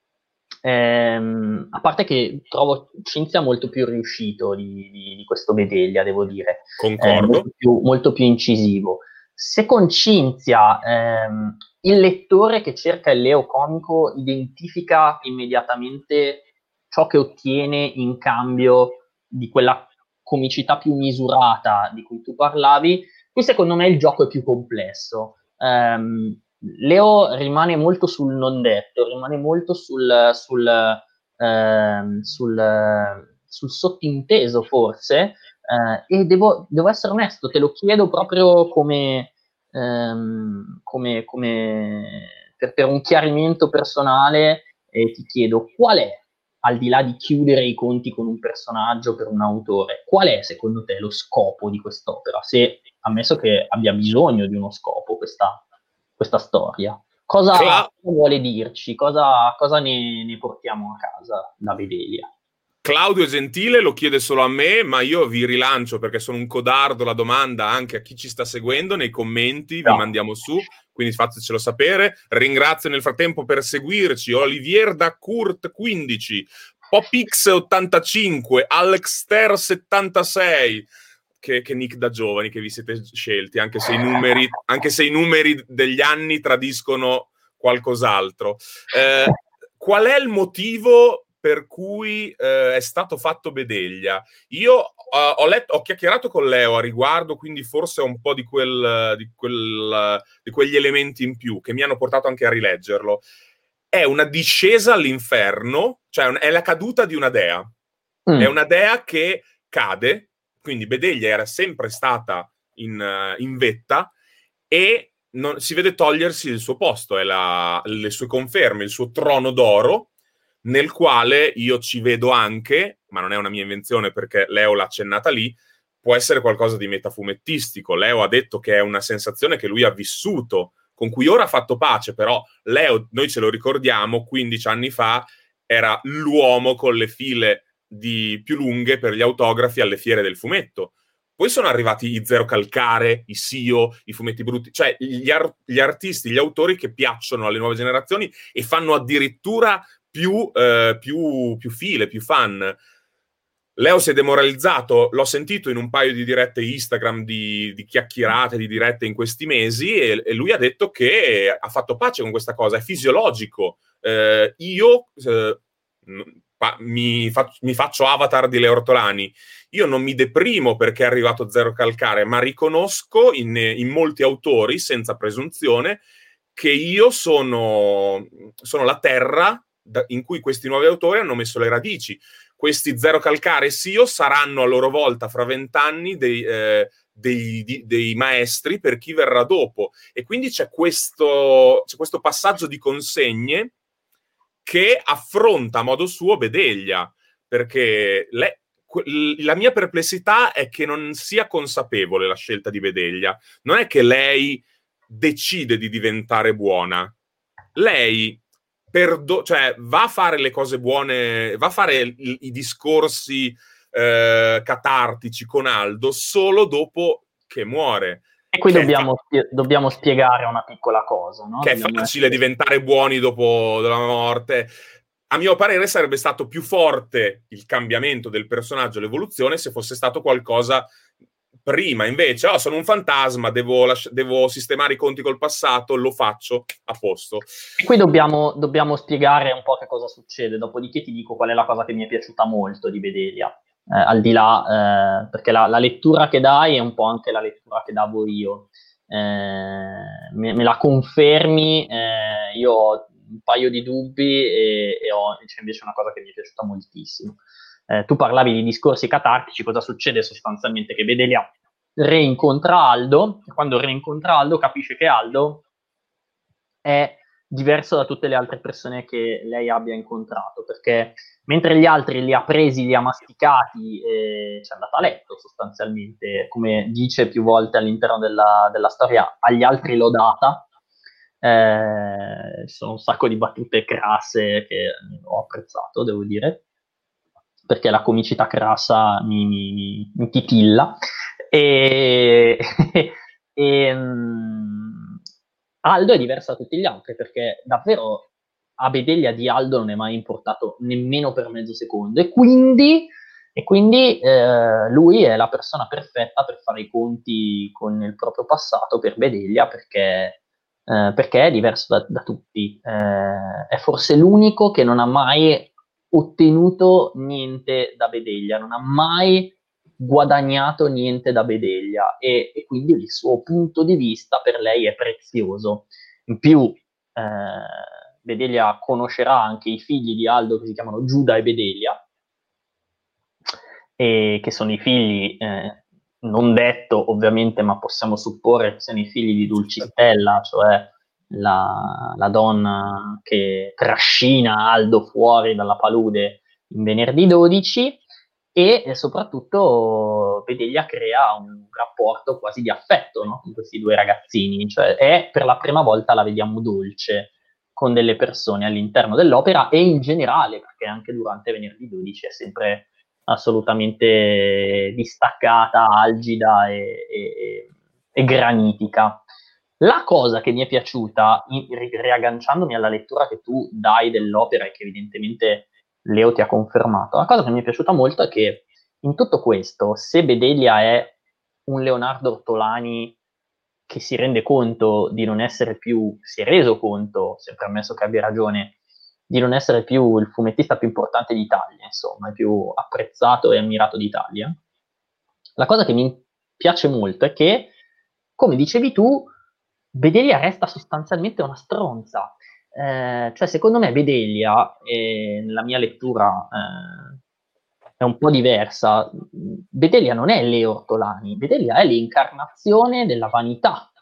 ehm, a parte che trovo Cinzia molto più riuscito di, di- di questo Bedeglia, devo dire, eh, Concordo. molto più, molto più incisivo. Se con Cinzia ehm, il lettore che cerca il Leo comico identifica immediatamente ciò che ottiene in cambio di quella comicità più misurata di cui tu parlavi, qui secondo me il gioco è più complesso. Ehm, Leo rimane molto sul non detto, rimane molto sul, sul, ehm, sul, sul sottinteso forse, eh, e devo, devo essere onesto, te lo chiedo proprio come, ehm, come, come per, per un chiarimento personale, e ti chiedo qual è, al di là di chiudere i conti con un personaggio per un autore, qual è secondo te lo scopo di quest'opera? Se, ammesso che abbia bisogno di uno scopo questa, questa storia, cosa Cla- vuole dirci? Cosa, cosa ne, ne portiamo a casa da Bedelia? Claudio Gentile lo chiede solo a me, ma io vi rilancio perché sono un codardo la domanda anche a chi ci sta seguendo nei commenti, vi No. mandiamo su, quindi fatecelo sapere. Ringrazio nel frattempo per seguirci Olivier da Kurt quindici, Popix ottantacinque, Alexter settantasei, che, che nick da giovani che vi siete scelti, anche se i numeri, anche se i numeri degli anni tradiscono qualcos'altro. Eh, qual è il motivo per cui eh, è stato fatto Bedeglia? Io uh, ho, letto, ho chiacchierato con Leo a riguardo, quindi forse ho un po' di, quel, di, quel, di quegli elementi in più che mi hanno portato anche a rileggerlo. È una discesa all'inferno, cioè è la caduta di una dea. È Mm. una dea che cade, quindi Bedeglia era sempre stata in, uh, in vetta e non, si vede togliersi il suo posto, è la, le sue conferme, il suo trono d'oro, nel quale io ci vedo anche, ma non è una mia invenzione perché Leo l'ha accennata lì, può essere qualcosa di metafumettistico. Leo ha detto che è una sensazione che lui ha vissuto, con cui ora ha fatto pace, però Leo, noi ce lo ricordiamo, quindici anni fa era l'uomo con le file di più lunghe per gli autografi alle fiere del fumetto. Poi sono arrivati i Zero Calcare, i S I O, i fumetti brutti, cioè gli, ar- gli artisti, gli autori che piacciono alle nuove generazioni e fanno addirittura più, eh, più, più file, più fan. Leo si è demoralizzato, l'ho sentito in un paio di dirette Instagram, di, di chiacchierate, di dirette in questi mesi, e, e lui ha detto che ha fatto pace con questa cosa, è fisiologico. Eh, io eh, pa- mi, fa- mi faccio avatar di Leo Ortolani, io non mi deprimo perché è arrivato Zero Calcare, ma riconosco in, in molti autori, senza presunzione, che io sono, sono la terra da, in cui questi nuovi autori hanno messo le radici. Questi Zero Calcare e S I O saranno a loro volta fra vent'anni dei, eh, dei, di, dei maestri per chi verrà dopo. E quindi c'è questo, c'è questo passaggio di consegne che affronta a modo suo Bedeglia, perché lei, la mia perplessità è che non sia consapevole la scelta di Bedeglia. Non è che lei decide di diventare buona. Lei perdo- cioè, va a fare le cose buone, va a fare i, i discorsi eh, catartici con Aldo solo dopo che muore. E qui Che è, fa- dobbiamo, spie- dobbiamo spiegare una piccola cosa, no? che è Dobbiamo facile essere... diventare buoni dopo la morte. A mio parere sarebbe stato più forte il cambiamento del personaggio, l'evoluzione, se fosse stato qualcosa Prima invece, oh, sono un fantasma, devo, lasci- devo sistemare i conti col passato, lo faccio, a posto. E qui dobbiamo, dobbiamo spiegare un po' che cosa succede, dopodiché ti dico qual è la cosa che mi è piaciuta molto di Bedelia, eh, al di là, eh, perché la, la lettura che dai è un po' anche la lettura che davo io. Eh, me, me la confermi, eh, io ho un paio di dubbi e, e ho c'è invece una cosa che mi è piaciuta moltissimo. Eh, tu parlavi di discorsi catartici, cosa succede sostanzialmente? Che Bedelia reincontra Aldo, e quando reincontra Aldo capisce che Aldo è diverso da tutte le altre persone che lei abbia incontrato, perché mentre gli altri li ha presi, li ha masticati e ci è andata a letto sostanzialmente, come dice più volte all'interno della, della storia, agli altri l'ho data. Eh, ci sono un sacco di battute crasse che ho apprezzato, devo dire, perché la comicità crassa mi, mi, mi titilla. E, e um, Aldo è diverso da tutti gli altri, perché davvero a Bedelia di Aldo non è mai importato nemmeno per mezzo secondo, e quindi, e quindi eh, lui è la persona perfetta per fare i conti con il proprio passato per Bedelia, perché, eh, perché è diverso da, da tutti. Eh, è forse l'unico che non ha mai ottenuto niente da Bedelia, non ha mai guadagnato niente da Bedelia, e, e quindi il suo punto di vista per lei è prezioso. In più eh, Bedelia conoscerà anche i figli di Aldo, che si chiamano Giuda e Bedelia, e che sono i figli, eh, non detto ovviamente, ma possiamo supporre che siano i figli di Dulcistella, cioè la, la donna che trascina Aldo fuori dalla palude in Venerdì dodici, e eh, soprattutto Bedelia crea un rapporto quasi di affetto, no? Con questi due ragazzini, cioè è per la prima volta la vediamo dolce con delle persone all'interno dell'opera e in generale, perché anche durante Venerdì dodici è sempre assolutamente distaccata, algida e, e, e granitica. La cosa che mi è piaciuta, in, riagganciandomi alla lettura che tu dai dell'opera e che evidentemente Leo ti ha confermato, la cosa che mi è piaciuta molto è che in tutto questo, se Bedelia è un Leonardo Ortolani che si rende conto di non essere più, si è reso conto, sempre ammesso che abbia ragione, di non essere più il fumettista più importante d'Italia, insomma, il più apprezzato e ammirato d'Italia, la cosa che mi piace molto è che, come dicevi tu, Bedelia resta sostanzialmente una stronza. Eh, cioè, secondo me Bedelia, eh, nella mia lettura, eh, è un po' diversa. Bedelia non è Leo Ortolani, Bedelia è l'incarnazione della vanità,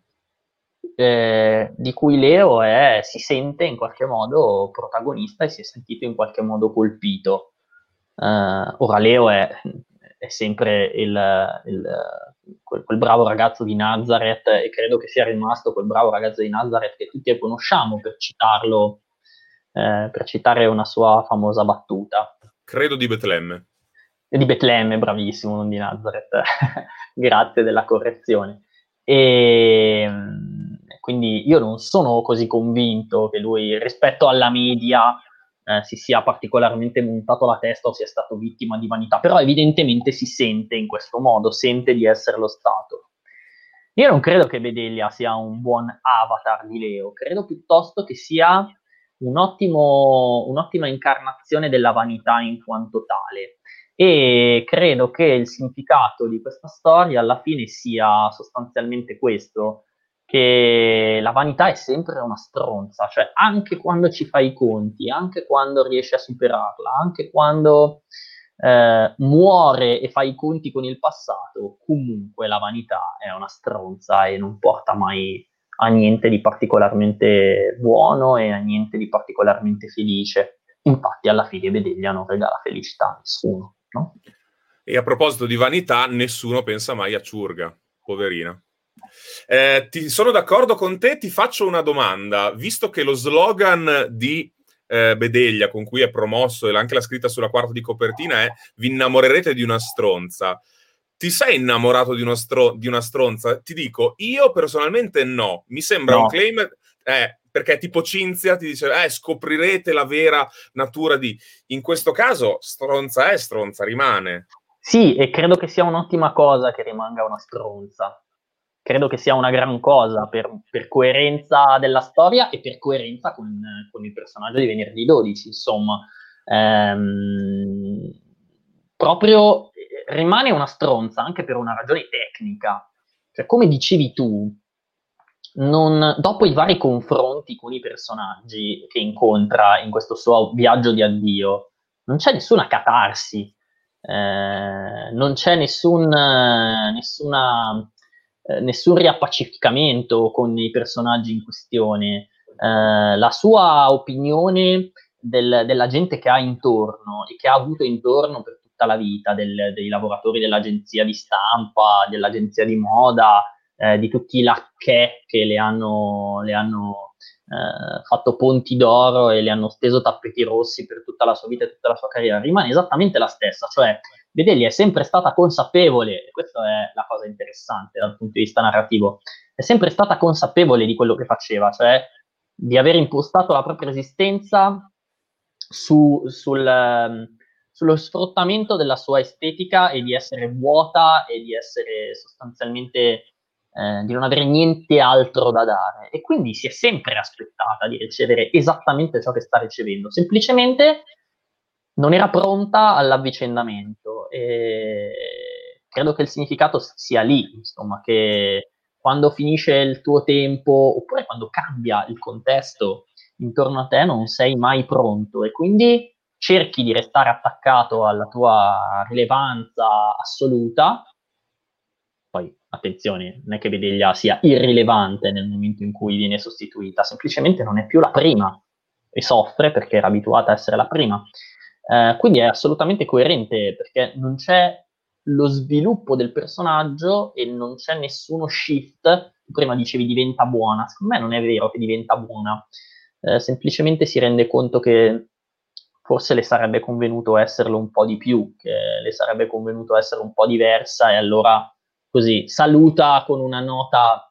eh, di cui Leo è, si sente in qualche modo protagonista e si è sentito in qualche modo colpito. Uh, ora Leo è, è sempre il, il, quel, quel bravo ragazzo di Nazareth, e credo che sia rimasto quel bravo ragazzo di Nazareth che tutti conosciamo, per citarlo, eh, per citare una sua famosa battuta. Credo di Betlemme. Di Betlemme, bravissimo, non di Nazareth. Grazie della correzione. E quindi io non sono così convinto che lui, rispetto alla media, eh, si sia particolarmente montato la testa o sia stato vittima di vanità, però evidentemente si sente in questo modo, sente di essere lo Stato. Io non credo che Bedelia sia un buon avatar di Leo, credo piuttosto che sia un ottimo, un'ottima incarnazione della vanità in quanto tale. E credo che il significato di questa storia alla fine sia sostanzialmente questo, che la vanità è sempre una stronza, cioè anche quando ci fai i conti, anche quando riesci a superarla, anche quando eh, muore e fai i conti con il passato, comunque la vanità è una stronza e non porta mai a niente di particolarmente buono e a niente di particolarmente felice. Infatti alla fine Bedelia non regala felicità a nessuno, no? E a proposito di vanità, nessuno pensa mai a Ciurga, poverina. Eh, ti, sono d'accordo con te, ti faccio una domanda. Visto che lo slogan di eh, Bedelia, con cui è promosso, e anche la scritta sulla quarta di copertina è "Vi innamorerete di una stronza", ti sei innamorato di, uno stro- di una stronza? Ti dico, io personalmente no. Mi sembra No. un claim... Eh, perché tipo Cinzia ti dice eh, scoprirete la vera natura di... In questo caso stronza è, stronza rimane. Sì, e credo che sia un'ottima cosa che rimanga una stronza. Credo che sia una gran cosa per, per coerenza della storia e per coerenza con, con il personaggio di Venerdì dodici, insomma. Ehm, proprio eh, rimane una stronza anche per una ragione tecnica. Cioè, come dicevi tu, non, dopo i vari confronti con i personaggi che incontra in questo suo viaggio di addio, non c'è nessuna catarsi, eh, non c'è nessun, eh, nessuna, eh, nessun riappacificamento con i personaggi in questione. Eh, la sua opinione del- della gente che ha intorno e che ha avuto intorno per tutta la vita, del- dei lavoratori dell'agenzia di stampa, dell'agenzia di moda, eh, di tutti i lacchè che le hanno, le hanno eh, fatto ponti d'oro e le hanno steso tappeti rossi per tutta la sua vita e tutta la sua carriera, rimane esattamente la stessa, cioè Bedelli è sempre stata consapevole, e questa è la cosa interessante dal punto di vista narrativo, è sempre stata consapevole di quello che faceva, cioè di aver impostato la propria esistenza su, sul, ehm, sullo sfruttamento della sua estetica e di essere vuota e di essere sostanzialmente eh, di non avere niente altro da dare. E quindi si è sempre aspettata di ricevere esattamente ciò che sta ricevendo, semplicemente non era pronta all'avvicendamento. E credo che il significato sia lì, insomma, che quando finisce il tuo tempo, oppure quando cambia il contesto intorno a te, non sei mai pronto e quindi cerchi di restare attaccato alla tua rilevanza assoluta. Poi, attenzione, non è che Bedeglia sia irrilevante nel momento in cui viene sostituita, semplicemente non è più la prima e soffre perché era abituata a essere la prima. Eh, quindi è assolutamente coerente perché non c'è lo sviluppo del personaggio e non c'è nessuno shift. Tu prima dicevi diventa buona, secondo me non è vero che diventa buona, eh, semplicemente si rende conto che forse le sarebbe convenuto esserlo un po' di più, che le sarebbe convenuto essere un po' diversa e allora così saluta con una nota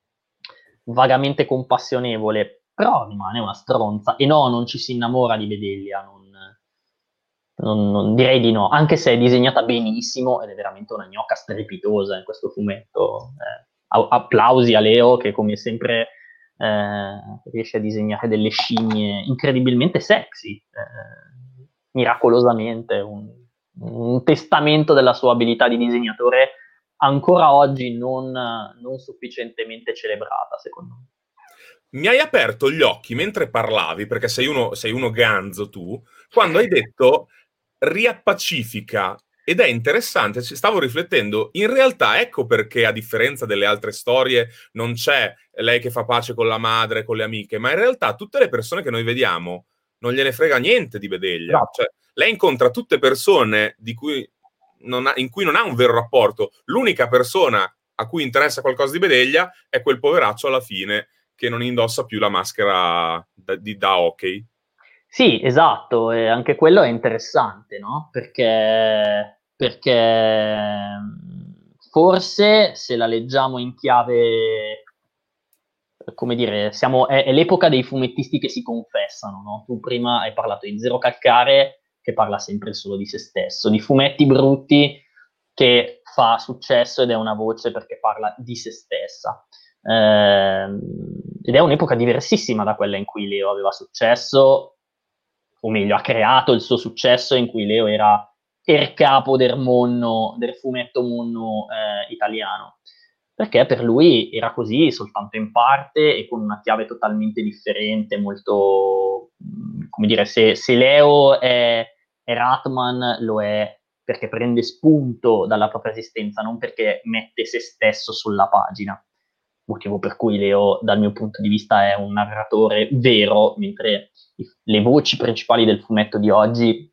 vagamente compassionevole, però rimane una stronza. E no, non ci si innamora di Bedelia, non, non, non direi di no, anche se è disegnata benissimo ed è veramente una gnocca strepitosa in questo fumetto. Eh, applausi a Leo che come sempre eh, riesce a disegnare delle scimmie incredibilmente sexy, eh, miracolosamente, un, un testamento della sua abilità di disegnatore ancora oggi non, non sufficientemente celebrata, secondo me. Mi hai aperto gli occhi mentre parlavi, perché sei uno, sei uno ganzo tu, quando hai detto riappacifica. Ed è interessante, ci stavo riflettendo, in realtà ecco perché a differenza delle altre storie non c'è lei che fa pace con la madre, con le amiche, ma in realtà tutte le persone che noi vediamo non gliene frega niente di Bedeglia. Esatto. Cioè, lei incontra tutte persone di cui non ha, in cui non ha un vero rapporto. L'unica persona a cui interessa qualcosa di Bedeglia è quel poveraccio alla fine che non indossa più la maschera da, di, da hockey. Sì, esatto, e anche quello è interessante, no? Perché, perché forse se la leggiamo in chiave, come dire, siamo, è, è l'epoca dei fumettisti che si confessano, no? Tu prima hai parlato di Zero Calcare, che parla sempre solo di se stesso, di Fumetti Brutti, che fa successo ed è una voce perché parla di se stessa. Eh, ed è un'epoca diversissima da quella in cui Leo aveva successo, o meglio, ha creato il suo successo in cui Leo era il capo del monno, del fumetto monno eh, italiano, perché per lui era così soltanto in parte e con una chiave totalmente differente, molto, come dire, se, se Leo è, è Ratman, lo è perché prende spunto dalla propria esistenza, non perché mette se stesso sulla pagina. Motivo per cui Leo, dal mio punto di vista, è un narratore vero, mentre le voci principali del fumetto di oggi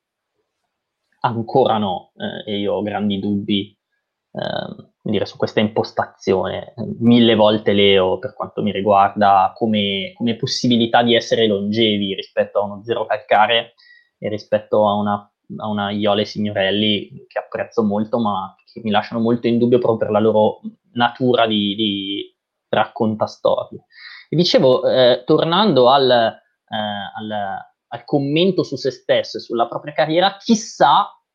ancora no, eh, e io ho grandi dubbi eh, dire, su questa impostazione. Mille volte Leo, per quanto mi riguarda, come, come possibilità di essere longevi rispetto a uno Zero Calcare e rispetto a una, a una Iole Signorelli, che apprezzo molto, ma che mi lasciano molto in dubbio proprio per la loro natura di, di raccontastorie. E dicevo, eh, tornando al, eh, al, al commento su se stesso e sulla propria carriera, chissà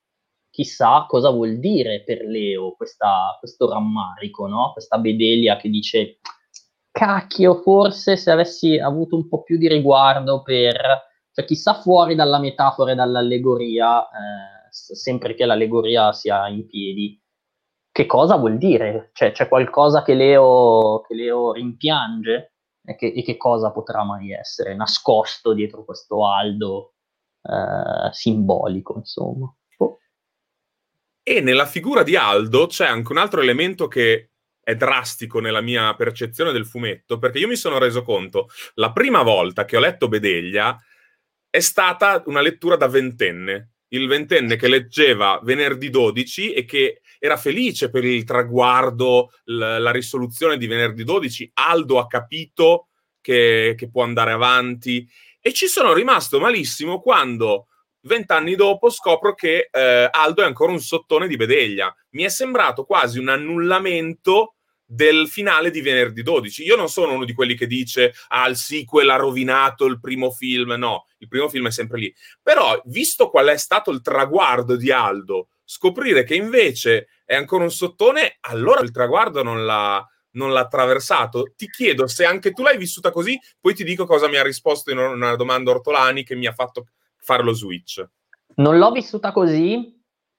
chissà cosa vuol dire per Leo questa, questo rammarico, no? Questa Bedelia che dice, cacchio, forse se avessi avuto un po' più di riguardo per, cioè chissà fuori dalla metafora e dall'allegoria, eh, sempre che l'allegoria sia in piedi, che cosa vuol dire? Cioè, c'è qualcosa che Leo, che Leo rimpiange? E che, e che cosa potrà mai essere nascosto dietro questo Aldo eh, simbolico, insomma. Oh. E nella figura di Aldo c'è anche un altro elemento che è drastico nella mia percezione del fumetto, perché io mi sono reso conto, la prima volta che ho letto Bedeglia è stata una lettura da ventenne. Il ventenne che leggeva Venerdì dodici e che era felice per il traguardo, l- la risoluzione di Venerdì dodici. Aldo ha capito che, che può andare avanti. E ci sono rimasto malissimo quando, vent'anni dopo, scopro che eh, Aldo è ancora un sottone di Bedeglia. Mi è sembrato quasi un annullamento del finale di Venerdì dodici. Io non sono uno di quelli che dice ah, il sequel ha rovinato il primo film. No, il primo film è sempre lì. Però, visto qual è stato il traguardo di Aldo, scoprire che invece è ancora un sottone, allora il traguardo non l'ha, non l'ha attraversato. Ti chiedo se anche tu l'hai vissuta così, poi ti dico cosa mi ha risposto in una domanda Ortolani che mi ha fatto fare lo switch. Non l'ho vissuta così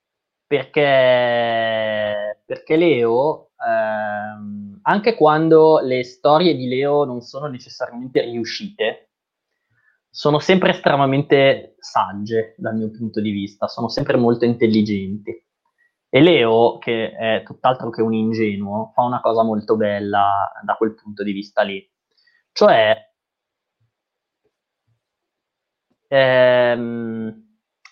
perché, perché Leo, ehm, anche quando le storie di Leo non sono necessariamente riuscite, sono sempre estremamente sagge dal mio punto di vista, sono sempre molto intelligenti. E Leo, che è tutt'altro che un ingenuo, fa una cosa molto bella da quel punto di vista lì. Cioè, ehm,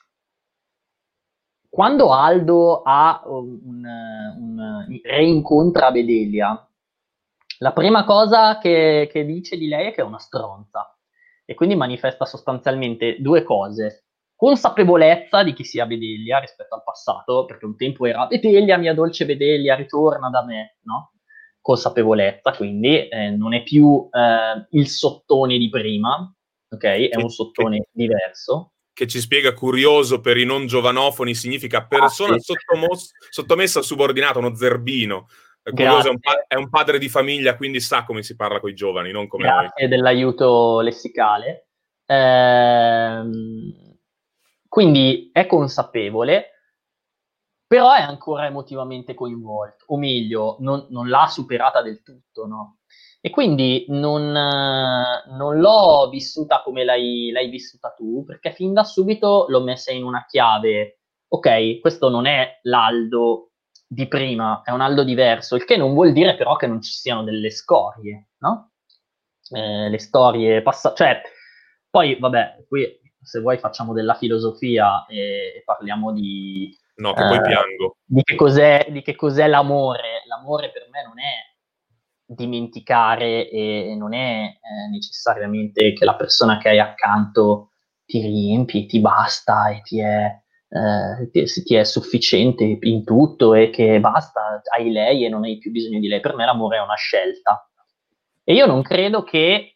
quando Aldo ha un, un, reincontra Bedelia, la prima cosa che, che dice di lei è che è una stronza e quindi manifesta sostanzialmente due cose. Consapevolezza di chi sia Bedelia rispetto al passato, perché un tempo era Bedelia, mia dolce Bedelia, ritorna da me, no? Consapevolezza, quindi eh, non è più eh, il sottone di prima, ok? È Che, un che, sottone diverso. che ci spiega curioso per i non giovanofoni significa persona Grazie. sottomos- sottomessa subordinata, uno zerbino. È curioso, è un, pa- Grazie. è un padre di famiglia, quindi sa come si parla con i giovani, non come noi. Grazie dell'aiuto lessicale. Ehm, quindi è consapevole, però è ancora emotivamente coinvolto, o meglio, non, non l'ha superata del tutto, no? E quindi non, eh, non l'ho vissuta come l'hai, l'hai vissuta tu, perché fin da subito l'ho messa in una chiave. Ok, questo non è l'Aldo di prima, è un Aldo diverso, il che non vuol dire però che non ci siano delle scorie, no? Eh, le storie passate, cioè, poi vabbè, qui se vuoi facciamo della filosofia e, e parliamo di, No, che poi eh, piango. di che cos'è, di che cos'è l'amore. L'amore per me non è dimenticare e, e non è eh, necessariamente che la persona che hai accanto ti riempie, ti basta e ti è, eh, ti, ti è sufficiente in tutto e che basta, hai lei e non hai più bisogno di lei. Per me l'amore è una scelta. E io non credo che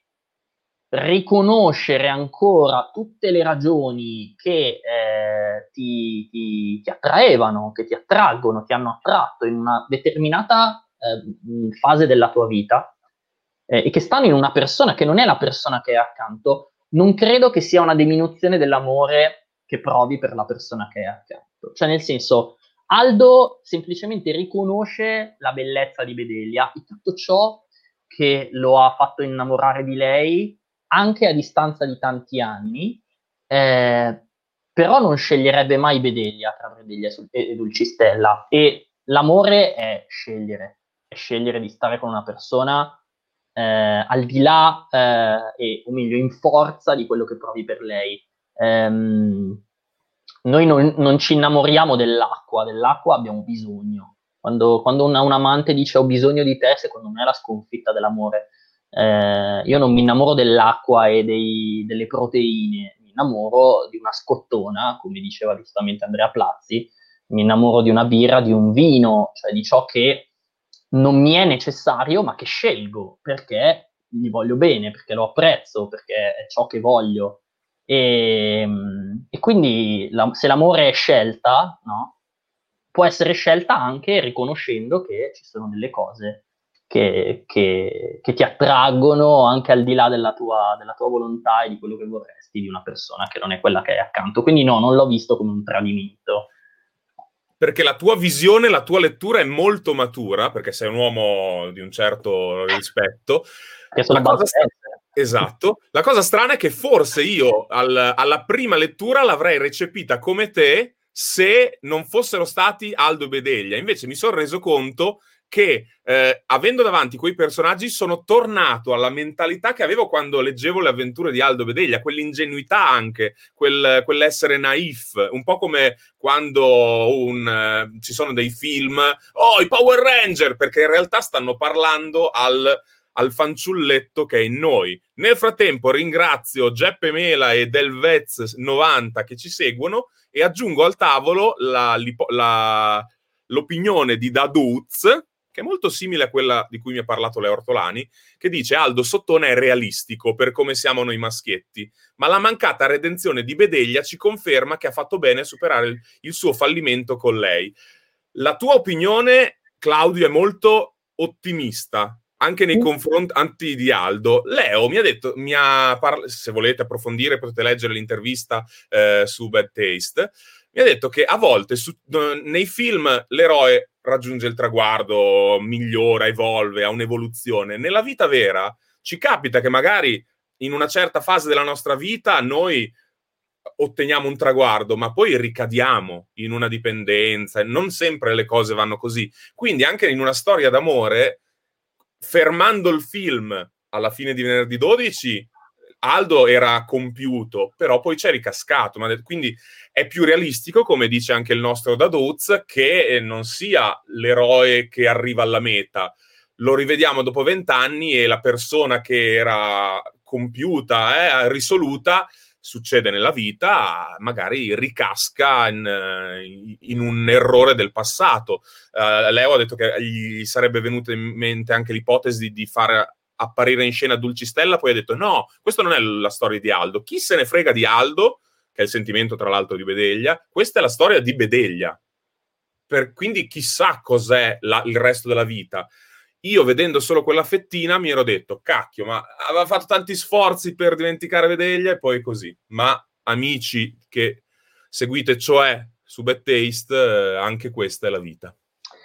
riconoscere ancora tutte le ragioni che eh, ti, ti, ti attraevano, che ti attraggono, ti hanno attratto in una determinata eh, fase della tua vita eh, e che stanno in una persona che non è la persona che è accanto, non credo che sia una diminuzione dell'amore che provi per la persona che è accanto. Cioè, nel senso, Aldo semplicemente riconosce la bellezza di Bedelia e tutto ciò che lo ha fatto innamorare di lei anche a distanza di tanti anni, eh, però non sceglierebbe mai Bedelia tra Bedelia e Dulcistella. E l'amore è scegliere, è scegliere di stare con una persona eh, al di là, eh, e, o meglio, in forza di quello che provi per lei. Ehm, noi non, non ci innamoriamo dell'acqua, dell'acqua abbiamo bisogno. Quando, quando una, un amante dice ho bisogno di te, secondo me è la sconfitta dell'amore. Eh, io non mi innamoro dell'acqua e dei, delle proteine, mi innamoro di una scottona, come diceva giustamente Andrea Plazzi, mi innamoro di una birra, di un vino, cioè di ciò che non mi è necessario, ma che scelgo perché gli voglio bene, perché lo apprezzo, perché è ciò che voglio. E, e quindi la, se l'amore è scelta, no? può essere scelta anche riconoscendo che ci sono delle cose che, che, che ti attraggono anche al di là della tua, della tua volontà e di quello che vorresti di una persona che non è quella che è accanto. Quindi no, non l'ho visto come un tradimento. Perché la tua visione, la tua lettura è molto matura, perché sei un uomo di un certo rispetto. Che sono La cosa sta- bassette. Esatto. La cosa strana è che forse io al- alla prima lettura l'avrei recepita come te se non fossero stati Aldo e Bedeglia. Invece mi sono reso conto che eh, avendo davanti quei personaggi sono tornato alla mentalità che avevo quando leggevo le avventure di Aldo Bedeglia, quell'ingenuità anche, quel, quell'essere naif, un po' come quando un, eh, ci sono dei film, oh, i Power Ranger, perché in realtà stanno parlando al, al fanciulletto che è in noi. Nel frattempo ringrazio Geppe Mela e Delvez novanta che ci seguono e aggiungo al tavolo la, la, l'opinione di Daduz, che è molto simile a quella di cui mi ha parlato Leo Ortolani, che dice Aldo Sottone è realistico per come siamo noi maschietti, ma la mancata redenzione di Bedeglia ci conferma che ha fatto bene a superare il, il suo fallimento con lei. La tua opinione, Claudio, è molto ottimista, anche nei confronti di Aldo. Leo mi ha detto, mi ha parla- se volete approfondire potete leggere l'intervista eh, su Bad Taste, mi ha detto che a volte su, nei film l'eroe raggiunge il traguardo, migliora, evolve, ha un'evoluzione. Nella vita vera ci capita che magari in una certa fase della nostra vita noi otteniamo un traguardo, ma poi ricadiamo in una dipendenza e non sempre le cose vanno così. Quindi anche in una storia d'amore, fermando il film alla fine di Venerdì dodici, Aldo era compiuto, però poi c'è ricascato. Quindi è più realistico, come dice anche il nostro Daduz, che non sia l'eroe che arriva alla meta. Lo rivediamo dopo vent'anni e la persona che era compiuta, eh, risoluta, succede nella vita, magari ricasca in, in un errore del passato. Uh, Leo ha detto che gli sarebbe venuta in mente anche l'ipotesi di, di far apparire in scena Dulcistella, poi ha detto no, questa non è la storia di Aldo, chi se ne frega di Aldo, che è il sentimento tra l'altro di Bedeglia, questa è la storia di Bedeglia. Per, quindi chissà cos'è la, il resto della vita. Io vedendo solo quella fettina mi ero detto, cacchio, ma aveva fatto tanti sforzi per dimenticare Bedeglia e poi così. Ma amici che seguite cioè su Bad Taste, eh, anche questa è la vita.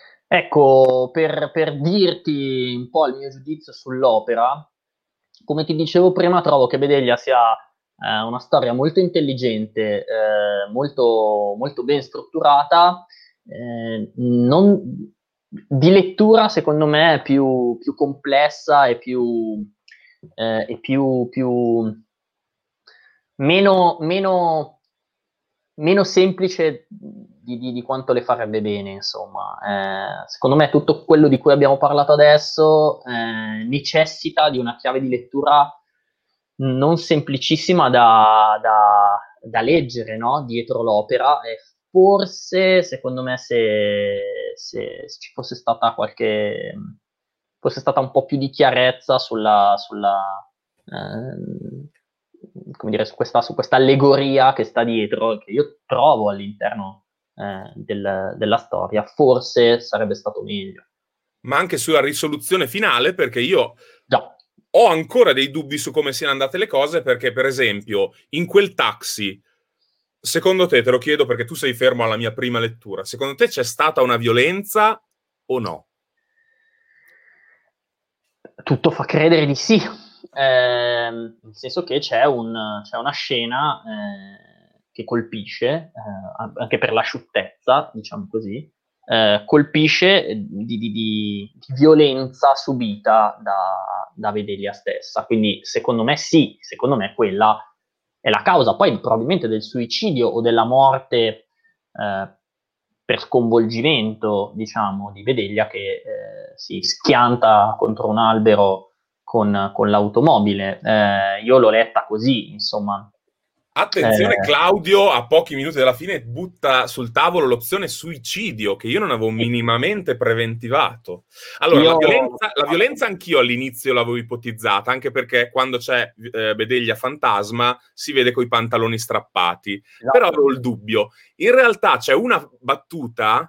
Ecco, per, per dirti un po' il mio giudizio sull'opera, come ti dicevo prima, trovo che Bedeglia sia eh, una storia molto intelligente, eh, molto, molto ben strutturata, eh, non, di lettura secondo me è più, più complessa e più, eh, e più, più meno, meno, meno semplice di, di, di quanto le farebbe bene, insomma. Eh, secondo me tutto quello di cui abbiamo parlato adesso eh, necessita di una chiave di lettura non semplicissima da, da, da leggere, no? Dietro l'opera, e forse, secondo me, se, se, se ci fosse stata qualche... fosse stata un po' più di chiarezza sulla... sulla eh, come dire, su questa, su questa allegoria che sta dietro, che io trovo all'interno eh, del, della storia, forse sarebbe stato meglio. Ma anche sulla risoluzione finale, perché io Già. ho ancora dei dubbi su come siano andate le cose, perché per esempio in quel taxi, secondo te, te lo chiedo perché tu sei fermo alla mia prima lettura, secondo te c'è stata una violenza o no? Tutto fa credere di sì, eh, nel senso che c'è, un, c'è una scena eh, che colpisce, eh, anche per l'asciuttezza, diciamo così, eh, colpisce di, di, di, di violenza subita da, da Vedelia stessa. Quindi secondo me sì, secondo me quella è la causa, poi probabilmente del suicidio o della morte eh, per sconvolgimento, diciamo, di Bedeglia che eh, si schianta contro un albero con, con l'automobile. Eh, io l'ho letta così, insomma. Attenzione, Eh, Claudio, a pochi minuti dalla fine, butta sul tavolo l'opzione suicidio, che io non avevo minimamente preventivato. Allora, io... la violenza, la violenza anch'io all'inizio l'avevo ipotizzata, anche perché quando c'è eh, Bedeglia fantasma si vede coi pantaloni strappati. Esatto. Però avevo il dubbio. In realtà c'è una battuta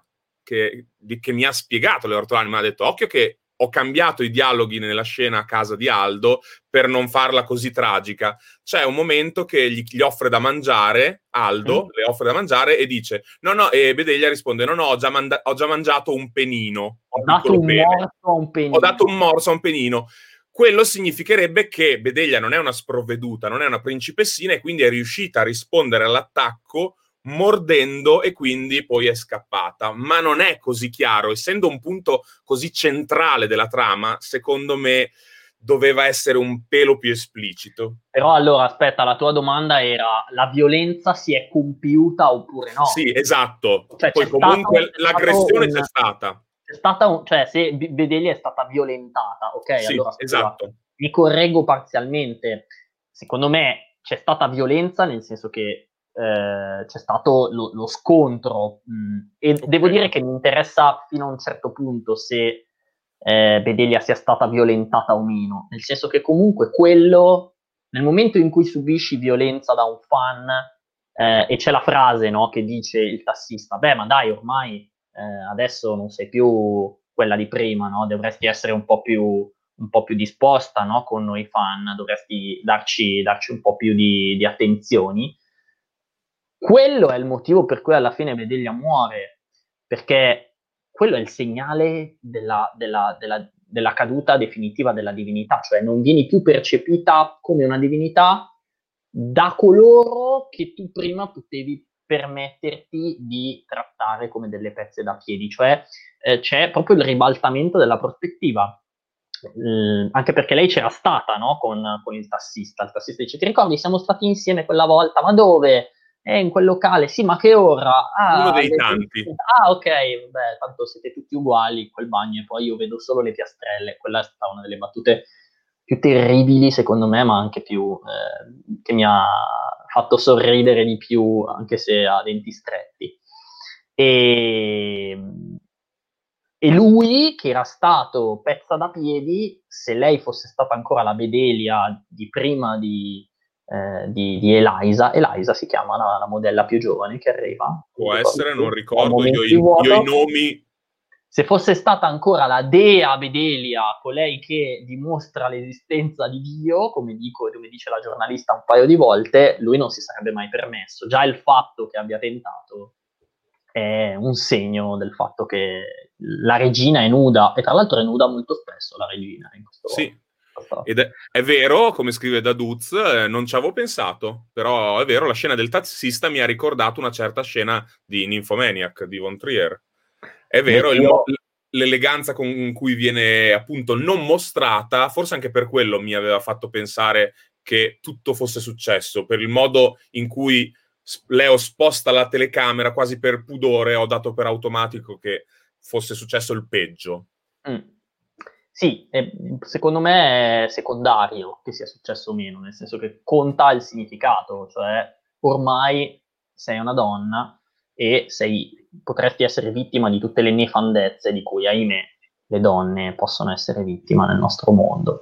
che, di, che mi ha spiegato Leo Ortolani, mi ha detto occhio che ho cambiato i dialoghi nella scena a casa di Aldo per non farla così tragica. C'è un momento che gli, gli offre da mangiare, Aldo mm. le offre da mangiare e dice no no, e Bedelia risponde no no, ho già, manda- ho già mangiato un penino. Ho un dato un pene. morso a un penino. Ho dato un morso a un penino. Quello significherebbe che Bedelia non è una sprovveduta, non è una principessina e quindi è riuscita a rispondere all'attacco mordendo e quindi poi è scappata. Ma non è così chiaro, essendo un punto così centrale della trama, secondo me doveva essere un pelo più esplicito. Però allora, aspetta, la tua domanda era la violenza si è compiuta oppure no? Sì, esatto. Cioè, poi comunque stato, l'aggressione un, c'è stata. C'è stata un, cioè, se Bedelia è stata violentata, ok? Sì, allora scusa, esatto. mi correggo parzialmente. Secondo me c'è stata violenza, nel senso che eh, c'è stato lo, lo scontro mh, e okay. Devo dire che mi interessa fino a un certo punto se eh, Bedelia sia stata violentata o meno, nel senso che comunque quello, nel momento in cui subisci violenza da un fan eh, e c'è la frase, no, che dice il tassista, beh ma dai ormai eh, adesso non sei più quella di prima, no? Dovresti essere un po' più, un po' più disposta, no? Con noi fan, dovresti darci, darci un po' più di, di attenzioni. Quello è il motivo per cui alla fine Bedelia muore, perché quello è il segnale della, della, della, della caduta definitiva della divinità, cioè non vieni più percepita come una divinità da coloro che tu prima potevi permetterti di trattare come delle pezze da piedi, cioè eh, c'è proprio il ribaltamento della prospettiva, eh, anche perché lei c'era stata, no? con, con il tassista, il tassista dice ti ricordi siamo stati insieme quella volta, ma dove? Eh, in quel locale, sì, ma che ora? Ah, uno dei le... tanti. Ah, ok, beh, tanto siete tutti uguali in quel bagno e poi io vedo solo le piastrelle, quella è stata una delle battute più terribili secondo me, ma anche più eh, che mi ha fatto sorridere di più, anche se a denti stretti. E, e lui, che era stato pezza da piedi, se lei fosse stata ancora la Bedelia di prima di, eh, di, di Eliza, Eliza si chiama la, la modella più giovane che arriva. Può essere, non ricordo, io i, io i nomi... Se fosse stata ancora la dea Bedelia, colei che dimostra l'esistenza di Dio, come, dico, come dice la giornalista un paio di volte, lui non si sarebbe mai permesso. Già il fatto che abbia tentato è un segno del fatto che la regina è nuda, e tra l'altro è nuda molto spesso la regina. In questo sì, questo... ed è, è vero, come scrive Daduz, eh, non ci avevo pensato, però è vero, la scena del tassista mi ha ricordato una certa scena di Nymphomaniac, di Von Trier. È vero, il, io... l'eleganza con cui viene appunto non mostrata, forse anche per quello mi aveva fatto pensare che tutto fosse successo, per il modo in cui Leo sposta la telecamera quasi per pudore, ho dato per automatico che fosse successo il peggio. Mm. Sì, eh, secondo me è secondario che sia successo o meno, nel senso che conta il significato, cioè ormai sei una donna e sei, potresti essere vittima di tutte le nefandezze di cui, ahimè, le donne possono essere vittime nel nostro mondo.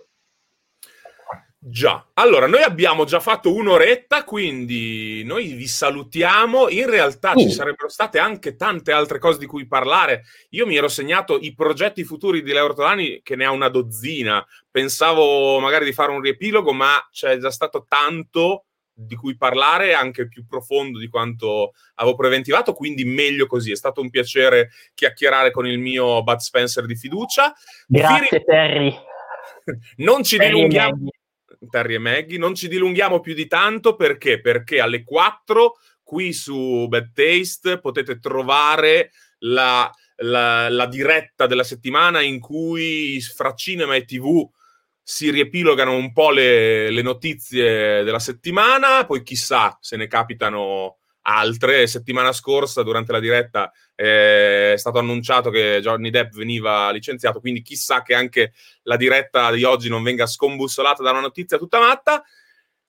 Già, allora noi abbiamo già fatto un'oretta, quindi noi vi salutiamo. In realtà sì. Ci sarebbero state anche tante altre cose di cui parlare. Io mi ero segnato i progetti futuri di Leo Ortolani, che ne ha una dozzina. Pensavo magari di fare un riepilogo, ma c'è già stato tanto di cui parlare, anche più profondo di quanto avevo preventivato, quindi meglio così. È stato un piacere chiacchierare con il mio Bud Spencer di fiducia. Grazie, vi... Terry. Non ci Terry dilunghiamo. Terry e Maggie, non ci dilunghiamo più di tanto perché? Perché alle quattro qui su Bad Taste potete trovare la, la, la diretta della settimana in cui fra cinema e tivù si riepilogano un po' le, le notizie della settimana, poi chissà se ne capitano altre. Settimana scorsa durante la diretta eh, è stato annunciato che Johnny Depp veniva licenziato, quindi chissà che anche la diretta di oggi non venga scombussolata da una notizia tutta matta.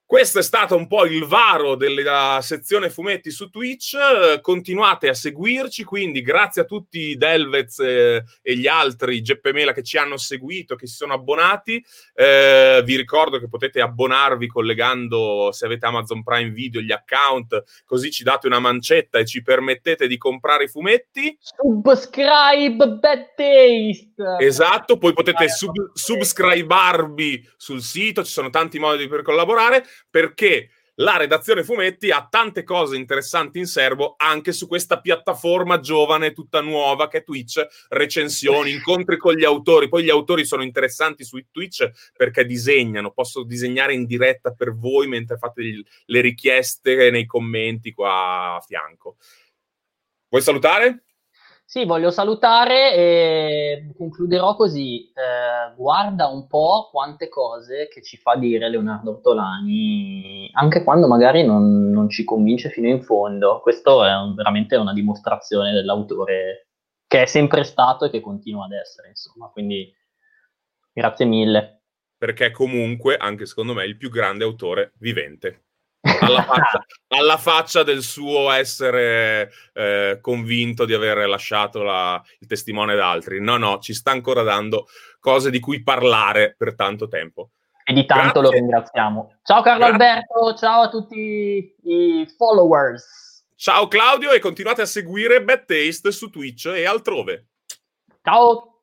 Questo è stato un po' il varo della sezione fumetti su Twitch. Continuate a seguirci, quindi grazie a tutti Delvez e, e gli altri Geppe Mela che ci hanno seguito, che si sono abbonati. Eh, vi ricordo che potete abbonarvi collegando, se avete Amazon Prime Video, gli account, così ci date una mancetta e ci permettete di comprare i fumetti. Subscribe Bad Taste! Esatto, poi potete sub- subscribarvi sul sito, ci sono tanti modi per collaborare, perché la redazione fumetti ha tante cose interessanti in serbo anche su questa piattaforma giovane, tutta nuova, che è Twitch, recensioni, incontri con gli autori. Poi gli autori sono interessanti su Twitch perché disegnano, posso disegnare in diretta per voi mentre fate il, le richieste nei commenti qua a fianco. Vuoi salutare? Sì, voglio salutare e concluderò così. Eh, guarda un po' quante cose che ci fa dire Leonardo Ortolani, anche quando magari non, non ci convince fino in fondo. Questo è un, veramente una dimostrazione dell'autore che è sempre stato e che continua ad essere, insomma. Quindi grazie mille. Perché comunque, anche secondo me, è il più grande autore vivente. Alla faccia, alla faccia del suo essere eh, convinto di aver lasciato la, il testimone ad altri. No, no, ci sta ancora dando cose di cui parlare per tanto tempo. E di tanto Grazie. Lo ringraziamo. Ciao Carlo Grazie. Alberto, ciao a tutti i followers. Ciao Claudio e continuate a seguire Bad Taste su Twitch e altrove. Ciao.